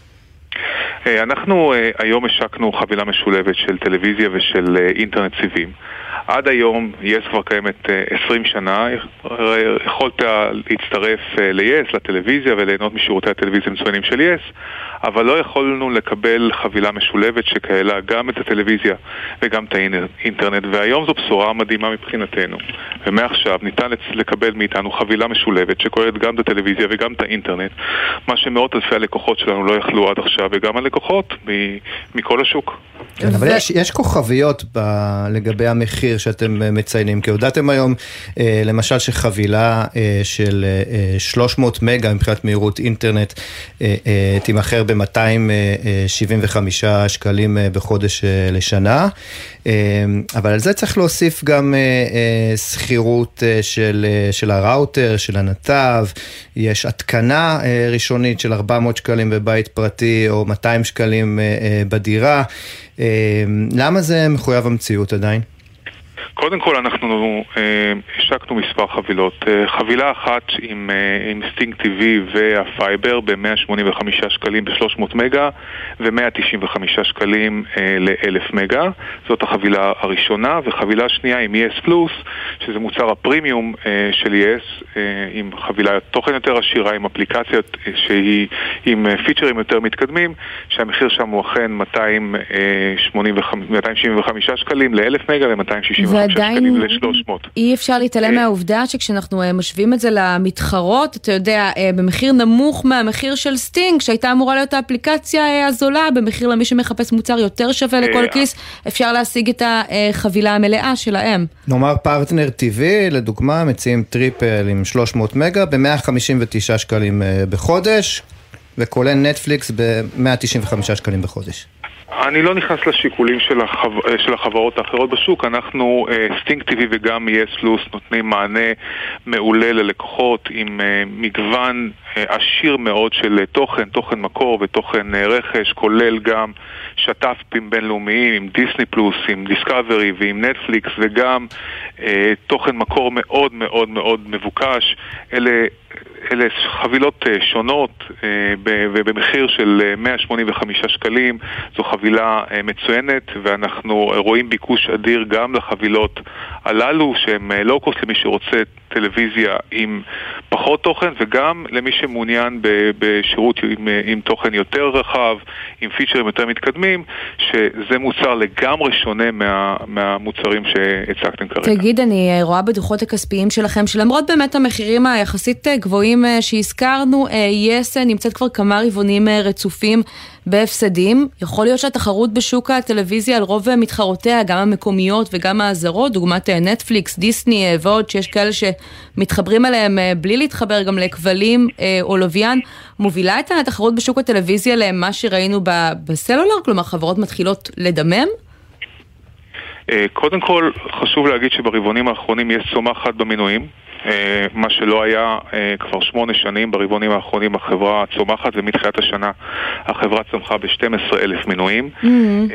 אנחנו uh, היום השקנו חבילה משולבת של טלוויזיה ושל uh, אינטרנט סיבים. עד היום יס כבר קיימת עשרים שנה, יכולת להצטרף ליס, לטלוויזיה וליהנות משירותי הטלוויזיה מצוינים של יס, אבל לא יכולנו לקבל חבילה משולבת שכאלה גם את הטלוויזיה וגם את האינטרנט, והיום זו בשורה מדהימה מבחינתנו. ומעכשיו ניתן לקבל מאיתנו חבילה משולבת שכוללת גם את הטלוויזיה וגם את האינטרנט, מה שמאות אלפי הלקוחות שלנו לא יכלו עד עכשיו, וגם הלקוחות מכל השוק. כן, אבל יש, יש כוכביות ב, לגבי המחיר שאתם מציינים, כי הודעתם היום אה, למשל שחבילה אה, של אה, שלוש מאות מגה מבחינת מהירות אינטרנט אה, אה, תימחר ב-מאתיים שבעים וחמישה שקלים אה, בחודש אה, לשנה, אה, אבל על זה צריך להוסיף גם אה, אה, סחירות אה, של, אה, של הראוטר, של הנתב, יש התקנה אה, ראשונית של ארבע מאות שקלים בבית פרטי או מאתיים שקלים אה, אה, בדירה. למה זה מחויב המציאות עדיין? קודם כל אנחנו אה, השקנו מספר חבילות. אה, חבילה אחת עם, אה, עם סטינג טי וי והפייבר ב-מאה שמונים וחמישה שקלים ב-שלוש מאות מגה ו-מאה תשעים וחמישה שקלים אה, ל-אלף מגה. זאת החבילה הראשונה, וחבילה שנייה עם יס פלוס, שזה מוצר הפרימיום אה, של יס, אה, עם חבילה תוכן יותר עשירה, עם אפליקציות אה, שהיא עם אה, פיצ'רים יותר מתקדמים, שהמחיר שם הוא אכן מאתיים שבעים וחמישה שקלים ל-אלף מגה ו-מאתיים שישים וחמישה שקלים ל-שלוש מאות. אי אפשר להתעלם מהעובדה שכשאנחנו משווים את זה למתחרות, אתה יודע, במחיר נמוך מהמחיר של סטינג, שהייתה אמורה להיות האפליקציה הזולה, במחיר למי שמחפש מוצר יותר שווה לכל כיס, אפשר להשיג את החבילה המלאה שלהם. נאמר פרטנר טי וי, לדוגמה, מציעים טריפל עם שלוש מאות מגה ב-מאה חמישים ותשעה שקלים בחודש, וכולל נטפליקס ב-מאה תשעים וחמישה שקלים בחודש. אני לא נכנס לשיקולים של, החב... של החברות האחרות בשוק. אנחנו, סטינג טי וי וגם יס פלוס, נותנים מענה מעולה ללקוחות עם מגוון עשיר מאוד של תוכן, תוכן מקור ותוכן רכש, כולל גם שת"פים בינלאומיים עם דיסני פלוס, עם דיסקאברי ועם נטפליקס, וגם אה, תוכן מקור מאוד מאוד מאוד מבוקש. אלה אלה חבילות שונות ובמחיר של מאה שמונים וחמישה שקלים. זו חבילה מצוינת, ואנחנו רואים ביקוש אדיר גם לחבילות הללו שהם לא קוסט למי שרוצה טלוויזיה עם פחות תוכן, וגם למי שמעוניין בשירות עם, עם תוכן יותר רחב, עם פיצ'רים יותר מתקדמים, שזה מוצר לגמרי שונה מה, מהמוצרים שהצגתם כרגע. תגיד, אני רואה בדוחות הכספיים שלכם, שלמרות באמת המחירים היחסית גבוהים שהזכרנו, יס נמצאת כבר כמה רבעונים רצופים בהפסדים. יכול להיות שהתחרות בשוק הטלוויזיה על רוב מתחרותיה, גם המקומיות וגם הזרות, דוגמת נטפליקס, דיסני ועוד, שיש כאלה שמתחברים עליהם בלי להתחבר גם לכבלים או לוויין, מובילה את התחרות בשוק הטלוויזיה למה שראינו בסלולר? כלומר, חברות מתחילות לדמם? קודם כל, חשוב להגיד שברבעונים האחרונים יש צומחת במנויים, מה שלא היה כבר שמונה שנים. ברבעונים האחרונים החברה צומחת, ומתחילת השנה החברה צמחה ב-שנים עשר אלף מנויים. Mm-hmm.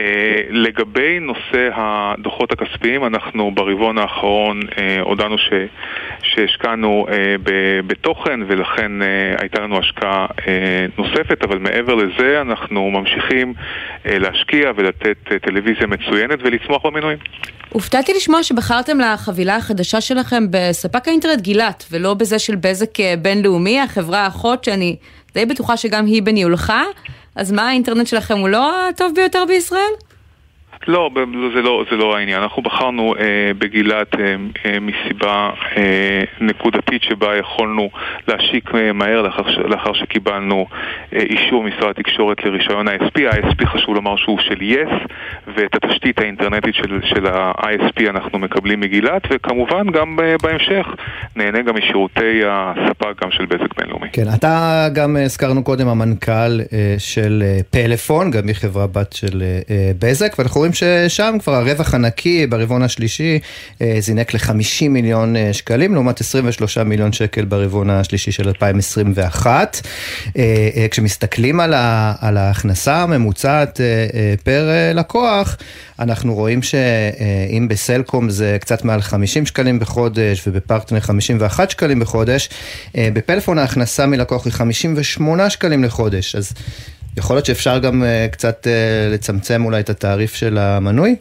לגבי נושא הדוחות הכספיים, אנחנו ברבעון האחרון הודענו ש... שהשקענו בתוכן, ולכן הייתה לנו השקעה נוספת, אבל מעבר לזה אנחנו ממשיכים להשקיע ולתת טלוויזיה מצוינת ולצמוח במנויים. הופתעתי לשמוע שבחרתם לחבילה החדשה שלכם בספק האינטרנט גילת, ולא בזה של בזק בינלאומי, החברה האחות שאני די בטוחה שגם היא בניהולך. אז מה, האינטרנט שלכם הוא לא הטוב ביותר בישראל? לא, זה לא, זה לא העניין. אנחנו בחרנו אה, בגילת אה, אה, מסיבה אה, נקודתית שבה יכולנו להשיק אה, מהר לאחר, לאחר שקיבלנו אה, אישור משרד התקשורת לרישיון ה-איי אס פי. ה-איי אס פי חשוב לומר שהוא של יס, ואת התשתית האינטרנטית של, של ה-איי אס פי אנחנו מקבלים מגילת, וכמובן גם אה, בהמשך נהנה גם משירותי הספק גם של בזק בינלאומי. כן, אתה גם הזכרנו קודם המנכ"ל אה, של אה, פלאפון, גם היא חברה בת של אה, בזק, ואנחנו רואים ששם כבר הרווח הנקי ברבעון השלישי זינק ל-חמישים מיליון שקלים, לעומת עשרים ושלושה מיליון שקל ברבעון השלישי של אלפיים עשרים ואחת. כשמסתכלים על, ה- על ההכנסה הממוצעת פר לקוח, אנחנו רואים שאם בסלקום זה קצת מעל חמישים שקלים בחודש, ובפרטנר חמישים ואחת שקלים בחודש, בפלאפון ההכנסה מלקוח היא חמישים ושמונה שקלים לחודש. אז יכול להיות שאפשר גם uh, קצת uh, לצמצם אולי את התעריף של המנוי?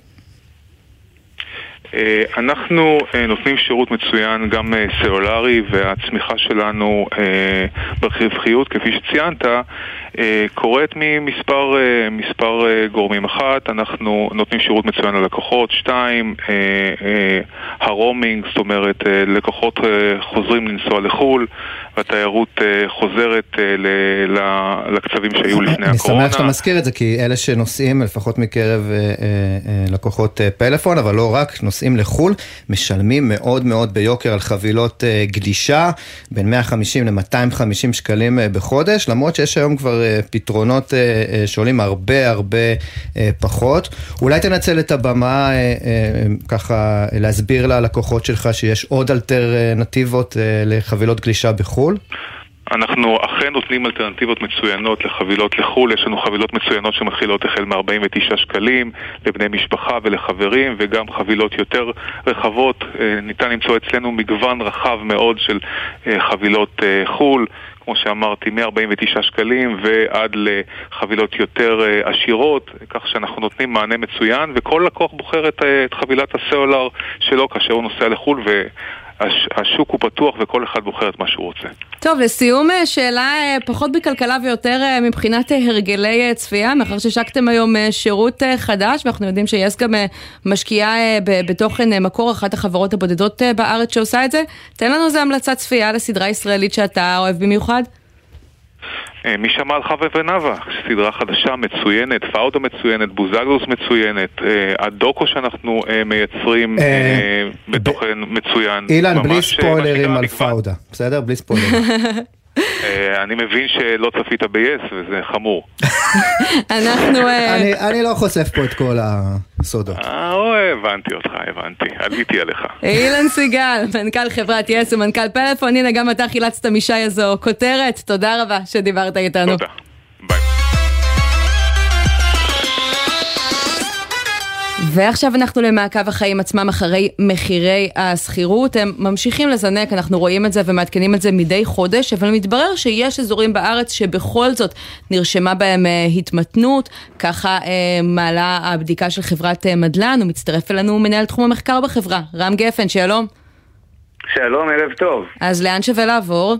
Uh, אנחנו uh, נותנים שירות מצוין גם uh, סלולרי, והצמיחה שלנו uh, ברווחיות, כפי שציינת, uh, קורית ממספר uh, מספר uh, גורמים. אחת, אנחנו נותנים שירות מצוין ללקוחות. שתיים, uh, uh, הרומינג, זאת אומרת uh, לקוחות uh, חוזרים לנסוע לחול, והתיירות חוזרת לקצבים שהיו לפני הקורונה. אני שמח שאתה מזכיר את זה, כי אלה שנוסעים, לפחות מקרב לקוחות פלאפון, אבל לא רק, נוסעים לחול, משלמים מאוד מאוד ביוקר על חבילות גלישה, בין מאה וחמישים ל-מאתיים וחמישים שקלים בחודש, למרות שיש היום כבר פתרונות שעולים הרבה הרבה פחות. אולי תנצל את הבמה ככה להסביר ללקוחות שלך שיש עוד אלטרנטיבות לחבילות גלישה בחול? אנחנו אכן נותנים אלטרנטיבות מצוינות לחבילות לחול. יש לנו חבילות מצוינות שמתחילות החל מ-ארבעים ותשעה שקלים לבני משפחה ולחברים, וגם חבילות יותר רחבות. ניתן למצוא אצלנו מגוון רחב מאוד של חבילות חול, כמו שאמרתי, מ-ארבעים ותשעה שקלים ועד לחבילות יותר עשירות, כך שאנחנו נותנים מענה מצוין, וכל לקוח בוחר את, את חבילת הסלולר שלו כאשר הוא נוסע לחול, והשוק הוא פתוח וכל אחד בוחר את מה שהוא רוצה. טוב, לסיום שאלה פחות בכלכלה ויותר מבחינת הרגלי צפייה, מאחר ששקתם היום שירות חדש, ואנחנו יודעים שיש גם משקיעה בתוכן מקור, אחת החברות הבודדות בארץ שעושה את זה. תן לנו איזה המלצת צפייה לסדרה ישראלית שאתה אוהב במיוחד. מי שמע על חווה ונאווה, סדרה חדשה מצוינת, פאודה מצוינת, בוזגלוס מצוינת, הדוקו שאנחנו מייצרים בתוכן מצוין. אילן, בלי ספוילרים על פאודה, בסדר? בלי ספוילרים. אני מבין שלא צפית ב-יס וזה חמור. אני לא חושף פה את כל הסודות. אה, הבנתי אותך, הבנתי, עליתי עליך. אילן סיגל, מנכ"ל חברת יס ומנכ"ל פלאפון, הנה גם אתה חילצת משי הזו כותרת, תודה רבה שדיברת איתנו. תודה, ביי. ועכשיו אנחנו למעקב החיים עצמם אחרי מחירי הסחירות. הם ממשיכים לזנק, אנחנו רואים את זה ומעדכנים את זה מדי חודש, אבל מתברר שיש אזורים בארץ שבכל זאת נרשמה בהם התמתנות. ככה מעלה הבדיקה של חברת מדלן, ומצטרף אלינו מנהל תחום המחקר בחברה, רם גפן, שלום. שלום, ערב טוב. אז לאן שווה לעבור?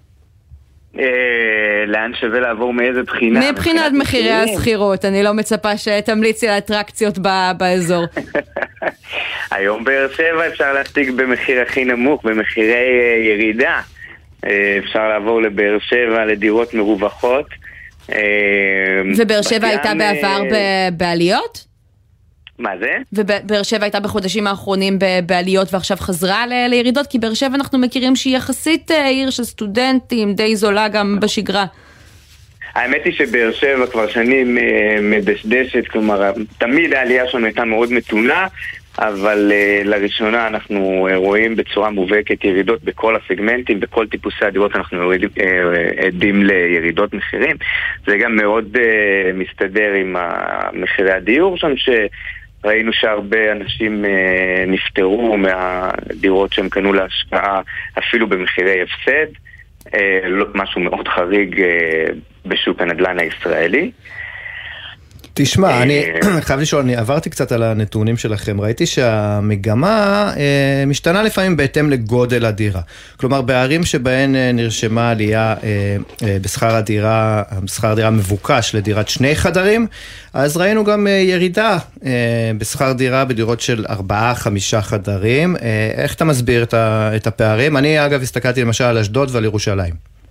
לאן שווה לעבור מאיזה בחינה? מבחינת מחירי הסחירות, אני לא מצפה שתמליצי על אטרקציות באזור. היום באר שבע אפשר להשיג במחיר הכי נמוך, במחירי ירידה. אפשר לעבור לבאר שבע לדירות מרווחות. ובאר שבע הייתה בעבר בעליות? מה זה? ובאר שבע הייתה בחודשים האחרונים בעליות ועכשיו חזרה לירידות, כי באר שבע אנחנו מכירים שהיא יחסית עיר של סטודנטים, די זולה גם בשגרה. האמת היא שבאר שבע כבר שנים מדשדשת, כלומר תמיד העלייה שלנו הייתה מאוד מתונה, אבל לראשונה אנחנו רואים בצורה מובהקת ירידות בכל הסגמנטים, בכל טיפוסי הדירות אנחנו עדים לירידות מחירים. זה גם מאוד מסתדר עם מחירי הדיור שם, ש... ראינו שהרבה אנשים אה, נפטרו מהדירות שהם קנו להשקעה אפילו במחירי הפסד, אה, לא, משהו מאוד חריג אה, בשוק הנדל"ן הישראלי. תשמע, אני חייב לשאול, אני עברתי קצת על הנתונים שלכם, ראיתי שהמגמה אה, משתנה לפעמים בהתאם לגודל הדירה. כלומר, בערים שבהן אה, נרשמה עלייה אה, אה, בשכר הדירה, בשכר הדירה מבוקש לדירת שני חדרים, אז ראינו גם אה, ירידה אה, בשכר דירה בדירות של ארבעה, חמישה חדרים. אה, איך אתה מסביר את, ה, את הפערים? אני אגב הסתכלתי למשל על אשדוד ועל ירושלים.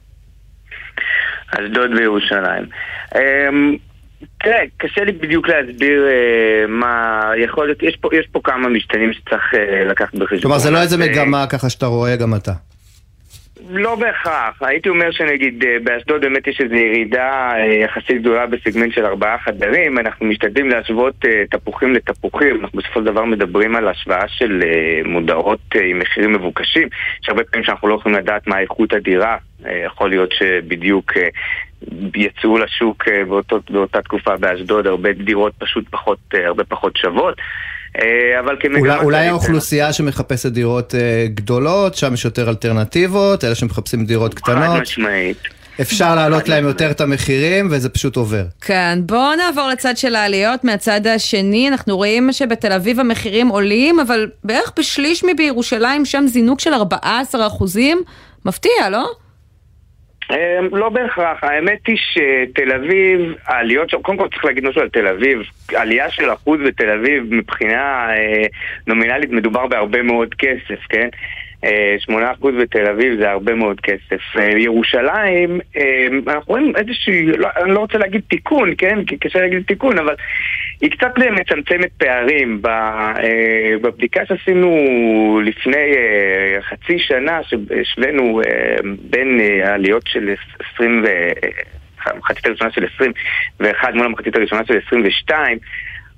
אשדוד וירושלים. אה... תראה, קשה לי בדיוק להסביר אה, מה יכול להיות, יש פה, יש פה כמה משתנים שצריך אה, לקחת בחשבון. כלומר, זה לא איזה מגמה ככה שאתה רואה גם אתה. לא בהכרח, הייתי אומר שנגיד באשדוד באמת יש איזו ירידה יחסית גדולה בסגמנט של ארבעה חדרים, אנחנו משתדלים להשוות תפוחים לתפוחים, אנחנו בסופו של דבר מדברים על השוואה של מודעות עם מחירים מבוקשים, יש הרבה פעמים שאנחנו לא יכולים לדעת מה איכות הדירה, יכול להיות שבדיוק יצאו לשוק באותו, באותה תקופה באשדוד, הרבה דירות פשוט פחות, הרבה פחות שוות. אבל אולי, אולי האוכלוסייה שמחפשת דירות גדולות, שם יש יותר אלטרנטיבות, אלה שמחפשים דירות קטנות. משמעית. אפשר להעלות להם יותר את המחירים, וזה פשוט עובר. כן, בואו נעבור לצד של העליות. מהצד השני, אנחנו רואים שבתל אביב המחירים עולים, אבל בערך בשליש מבירושלים, שם זינוק של ארבעה עשר אחוזים. מפתיע, לא? לא בהכרח, האמת היא שתל אביב, העליות, קודם כל צריך להגיד משהו על תל אביב, עלייה של אחוז בתל אביב מבחינה נומינלית מדובר בהרבה מאוד כסף, כן? שמונה אחוז בתל אביב זה הרבה מאוד כסף. ירושלים, אנחנו רואים איזשהו, אני לא רוצה להגיד תיקון, כן? כי קשה להגיד תיקון, אבל היא קצת מצמצמת פערים. בבדיקה שעשינו לפני חצי שנה, שהשווינו בין העליות של עשרים, המחצית הראשונה של עשרים ואחת מול המחצית הראשונה של עשרים ושתיים,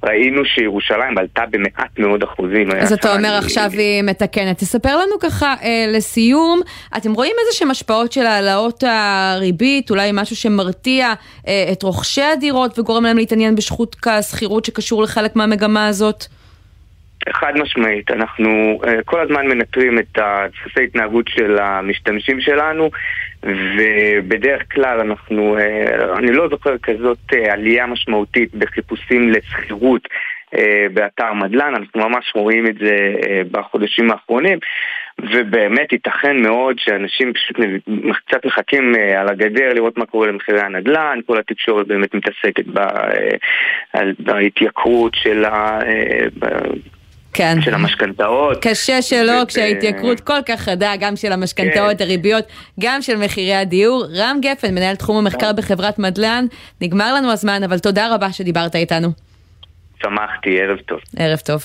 ראינו שירושלים עלתה במעט מאוד אחוזים. אז אתה אומר אני... עכשיו היא מתקנת. תספר לנו ככה אה, לסיום, אתם רואים איזה שהמשפעות של העלאות הריבית, אולי משהו שמרתיע אה, את רוכשי הדירות וגורם להם להתעניין בשכות כסחירות שקשור לחלק מהמגמה הזאת? חד משמעית, אנחנו uh, כל הזמן מנטרים את דפוסי התנהגות של המשתמשים שלנו, ובדרך כלל אנחנו, uh, אני לא זוכר כזאת uh, עלייה משמעותית בחיפושים לסחירות uh, באתר מדלן, אנחנו ממש רואים את זה uh, בחודשים האחרונים, ובאמת ייתכן מאוד שאנשים פשוט קצת מחכים uh, על הגדר לראות מה קורה למחירי הנדלן, כל התקשורת באמת מתעסקת בהתייקרות של ה... כן. של המשכנתאות. קשה שלא, כשההתייקרות כל כך חדה, גם של המשכנתאות, הריביות, גם של מחירי הדיור. רם גפן, מנהל תחום המחקר בחברת מדלן. נגמר לנו הזמן, אבל תודה רבה שדיברת איתנו. שמחתי, ערב טוב. ערב טוב.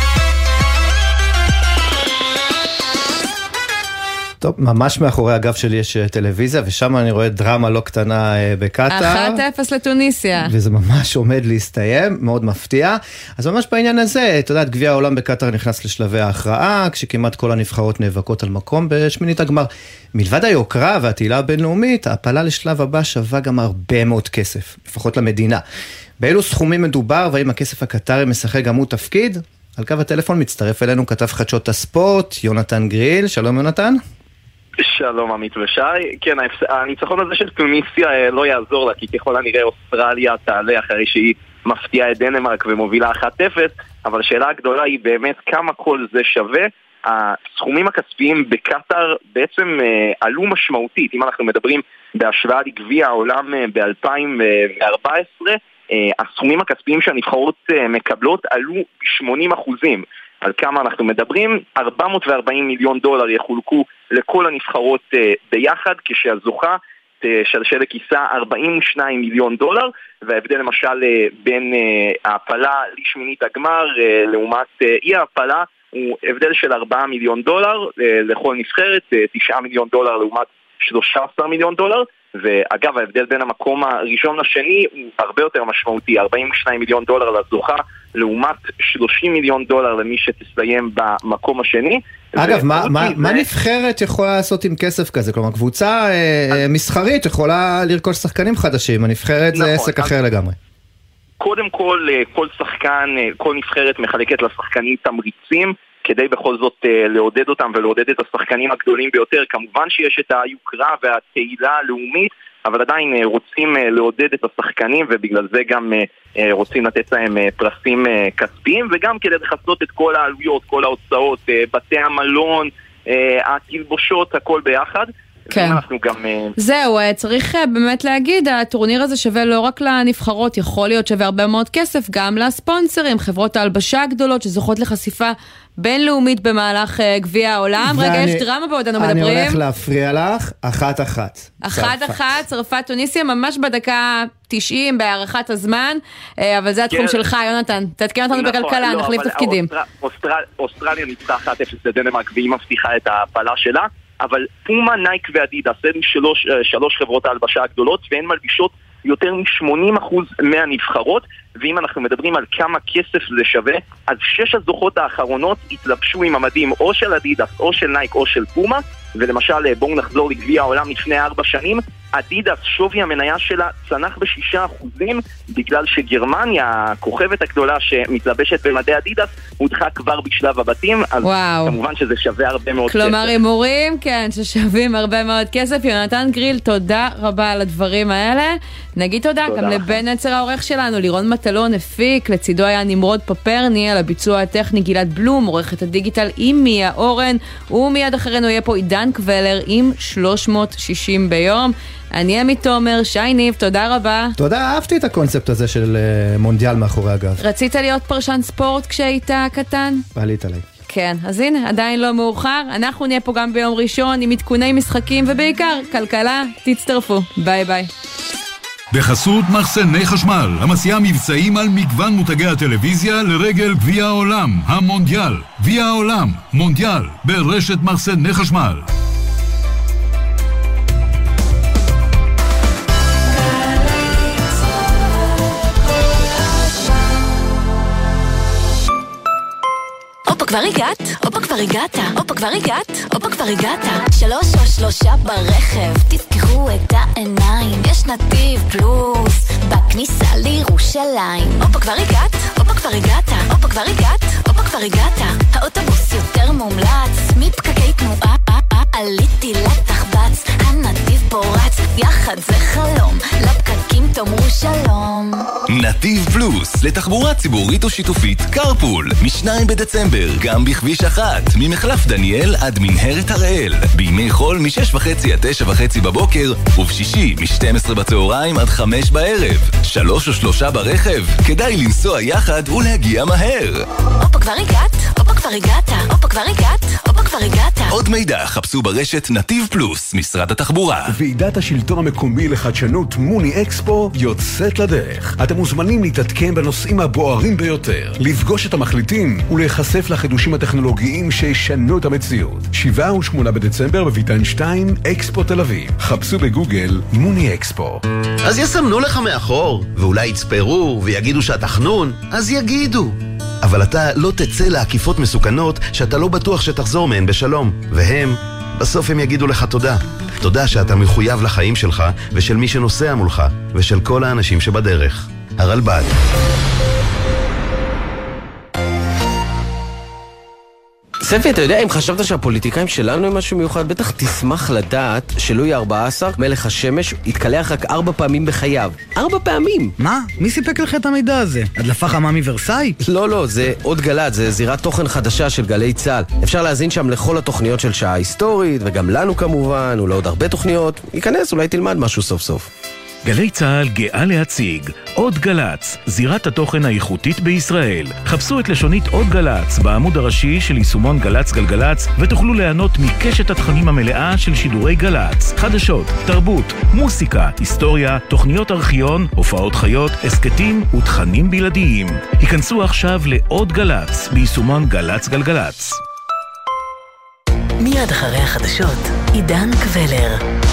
טוב, ממש מאחורי הגב שלי יש טלוויזיה, ושם אני רואה דרמה לא קטנה בקטר. אחת אפס לטוניסיה. וזה ממש עומד להסתיים, מאוד מפתיע. אז ממש בעניין הזה, אתה יודעת, גביע העולם בקטר נכנס לשלבי ההכרעה, כשכמעט כל הנבחרות נאבקות על מקום בשמינית הגמר. מלבד היוקרה והתהילה הבינלאומית, ההפלה לשלב הבא שווה גם הרבה מאוד כסף, לפחות למדינה. באילו סכומים מדובר, והאם הכסף הקטרי משחק גם הוא תפקיד? על קו הטלפון מצטרף אלינו כתב חדשות הספורט, יונתן גריל. שלום יונתן. שלום עמית ושי. כן, הניצחון הזה של טוניסיה לא יעזור לה, כי ככל הנראה אוסטרליה תעלה אחרי שהיא מפתיעה את דנמרק ומובילה אחת אפס, אבל השאלה הגדולה היא באמת כמה כל זה שווה. הסכומים הכספיים בקטר בעצם אה, עלו משמעותית. אם אנחנו מדברים בהשוואה לגביע העולם אה, ב-אלפיים וארבע עשרה, אה, הסכומים הכספיים שהנבחרות אה, מקבלות עלו ב-שמונים אחוזים. על כמה אנחנו מדברים? ארבע מאות וארבעים מיליון דולר יחולקו לכל הנבחרות uh, ביחד, כשהזוכה תשלשל לכיסה ארבעים ושניים מיליון דולר, וההבדל למשל uh, בין uh, ההפלה לשמינית הגמר uh, לעומת uh, אי ההפלה הוא הבדל של ארבעה מיליון דולר uh, לכל נבחרת, uh, תשעה מיליון דולר לעומת שלושה עשר מיליון דולר. ואגב, ההבדל בין המקום הראשון לשני הוא הרבה יותר משמעותי, ארבעים ושניים מיליון דולר לזוכה לעומת שלושים מיליון דולר למי שתסיים במקום השני. אגב, מה, מה, זה... מה נבחרת יכולה לעשות עם כסף כזה? כלומר, קבוצה אה, מסחרית יכולה לרכוש שחקנים חדשים, הנבחרת נכון, זה עסק אז... אחר לגמרי. קודם כל, כל שחקן, כל נבחרת מחלקת לשחקנים תמריצים, כדי בכל זאת לעודד אותם ולעודד את השחקנים הגדולים ביותר. כמובן שיש את היוקרה והתהילה הלאומית, אבל עדיין רוצים לעודד את השחקנים, ובגלל זה גם רוצים לתת להם פרסים כספיים, וגם כדי לחסות את כל העלויות, כל ההוצאות, בתי המלון, התלבושות, הכל ביחד. כן. גם... זהו, צריך באמת להגיד, הטורניר הזה שווה לא רק לנבחרות, יכול להיות שווה הרבה מאוד כסף, גם לספונסרים, חברות ההלבשה הגדולות שזוכות לחשיפה בינלאומית במהלך גביע העולם. רגע, יש דרמה בעודנו מדברים. אני הולך להפריע לך, אחת אחת. אחת אחת, צרפת טוניסיה, ממש בדקה תשעים בהערכת הזמן, אבל זה התחום שלך, יונתן. תתקן אותנו בכלכלה, נחליף תפקידים. אוסטרליה ניצחה אחת אפס לדנמרק, והיא מבטיחה את ההפלה שלה. אבל פומה, נייק ואדידס, הן שלוש, שלוש חברות ההלבשה הגדולות, והן מלבישות יותר מ-שמונים אחוז מהנבחרות, ואם אנחנו מדברים על כמה כסף זה שווה, אז שש הזוכות האחרונות התלבשו עם המדים או של אדידס, או של נייק, או של פומה, ולמשל בואו נחזור לגביע העולם לפני ארבע שנים, אדידס, שווי המניה שלה צנח בשישה אחוזים, בגלל שגרמניה, הכוכבת הגדולה שמתלבשת במדי אדידס, הודחה כבר בשלב הבתים, אז וואו. כמובן שזה שווה הרבה מאוד כלומר, כסף. כלומר, הימורים, כן, ששווים הרבה מאוד כסף. יונתן גריל, תודה רבה על הדברים האלה. נגיד תודה, תודה גם לך. לבן עצר העורך שלנו, לירון מטלון הפיק, לצידו היה נמרוד פפרני, על הביצוע הטכני גלעד בלום, עורכת הדיגיטל עם מיה אורן, ומיד אחרינו יהיה פה עידן קבלר עם שלוש מאות שישים ביום. אני עמית תומר, שי ניב, תודה רבה. תודה, אהבתי את הקונספט הזה של מונדיאל מאחורי הגב. רצית להיות פרשן ספורט כשהיית קטן? בעלית עליי. כן, אז הנה, עדיין לא מאוחר. אנחנו נהיה פה גם ביום ראשון עם עדכוני משחקים ובעיקר כלכלה. תצטרפו. ביי ביי. בחסות מחסני חשמל, המציעה מבצעים על מגוון מותגי הטלוויזיה לרגל גביע העולם, המונדיאל. גביע העולם, מונדיאל, ברשת מחסני חשמל. כבר הגעת, הופה כבר הגעת, הופה כבר הגעת, הופה כבר הגעת. שלוש או שלושה ברכב, תפקחו את העיניים, יש נתיב פלוס, בכניסה לירושלים. הופה כבר הגעת, הופה כבר הגעת, הופה כבר הגעת, הופה כבר הגעת. האוטובוס יותר מומלץ, מפקקי תנועה, עליתי לתחבץ, הנתיב פורץ, יחד זה חלום, לפקקים תאמרו שלום. נתיב פלוס, לתחבורה ציבורית או שיתופית, קרפול, משניים בדצמבר, גם בכביש אחת, ממחלף דניאל עד מנהרת הראל, בימי חול משש וחצי עד תשע וחצי בבוקר, ובשישי משתים עשרה בצהריים עד חמש בערב. שלוש או שלושה ברכב, כדאי לנסוע יחד ולהגיע מהר. הופה כבר הגעת, הופה כבר הגעת, הופה כבר הגעת, הופה כבר הגעת. עוד מידע חפשו ברשת נתיב פלוס, משרד התחבורה. ועידת השלטון המקומי לחדשנות מוני אקספו יוצאת לדרך. אתם מוזמנים להתעדכן בנושאים הבוערים ביותר, לפגוש את המחליטים ולהיחשף לחידושים הטכנולוגיים שישנו את המציאות. שבעה ושמונה בדצמבר בביתן שתיים, אקספו תל אביב. חפשו בגוגל מוני אקספו. אז יסמנו לך מאחור, ואולי יצפרו ויגידו שאתה חנון, אז יגידו. אבל אתה לא תצא לעקיפות מסוכנות שאתה לא בטוח שתחזור מהן בשלום. והם, בסוף הם יגידו לך תודה. תודה שאתה מחויב לחיים שלך ושל מי שנוסע מולך ושל כל האנשים שבדרך. הרלב"ד. ספי, אתה יודע, אם חשבת שהפוליטיקאים שלנו הם משהו מיוחד, בטח תשמח לדעת שלואי ארבע עשר, מלך השמש, התקלח רק ארבע פעמים בחייו. ארבע פעמים! מה? מי סיפק לך את המידע הזה? הדלפה חמה מוורסאי? לא, לא, זה עוד גל"צ, זה זירת תוכן חדשה של גלי צה"ל. אפשר להזין שם לכל התוכניות של שעה היסטורית, וגם לנו כמובן, ולעוד הרבה תוכניות. ייכנס, אולי תלמד משהו סוף סוף. גלי צהל גאה להציג עוד גל"צ, זירת התוכן האיכותית בישראל. חפשו את לשונית עוד גל"צ בעמוד הראשי של יישומון גל"צ גלגל"צ ותוכלו ליהנות מקשת התכנים המלאה של שידורי גל"צ. חדשות, תרבות, מוסיקה, היסטוריה, תוכניות ארכיון, הופעות חיות, הסקטים ותכנים בלעדיים. היכנסו עכשיו לעוד גל"צ ביישומון גל"צ גלגל"צ. מיד אחרי החדשות, עידן קבלר.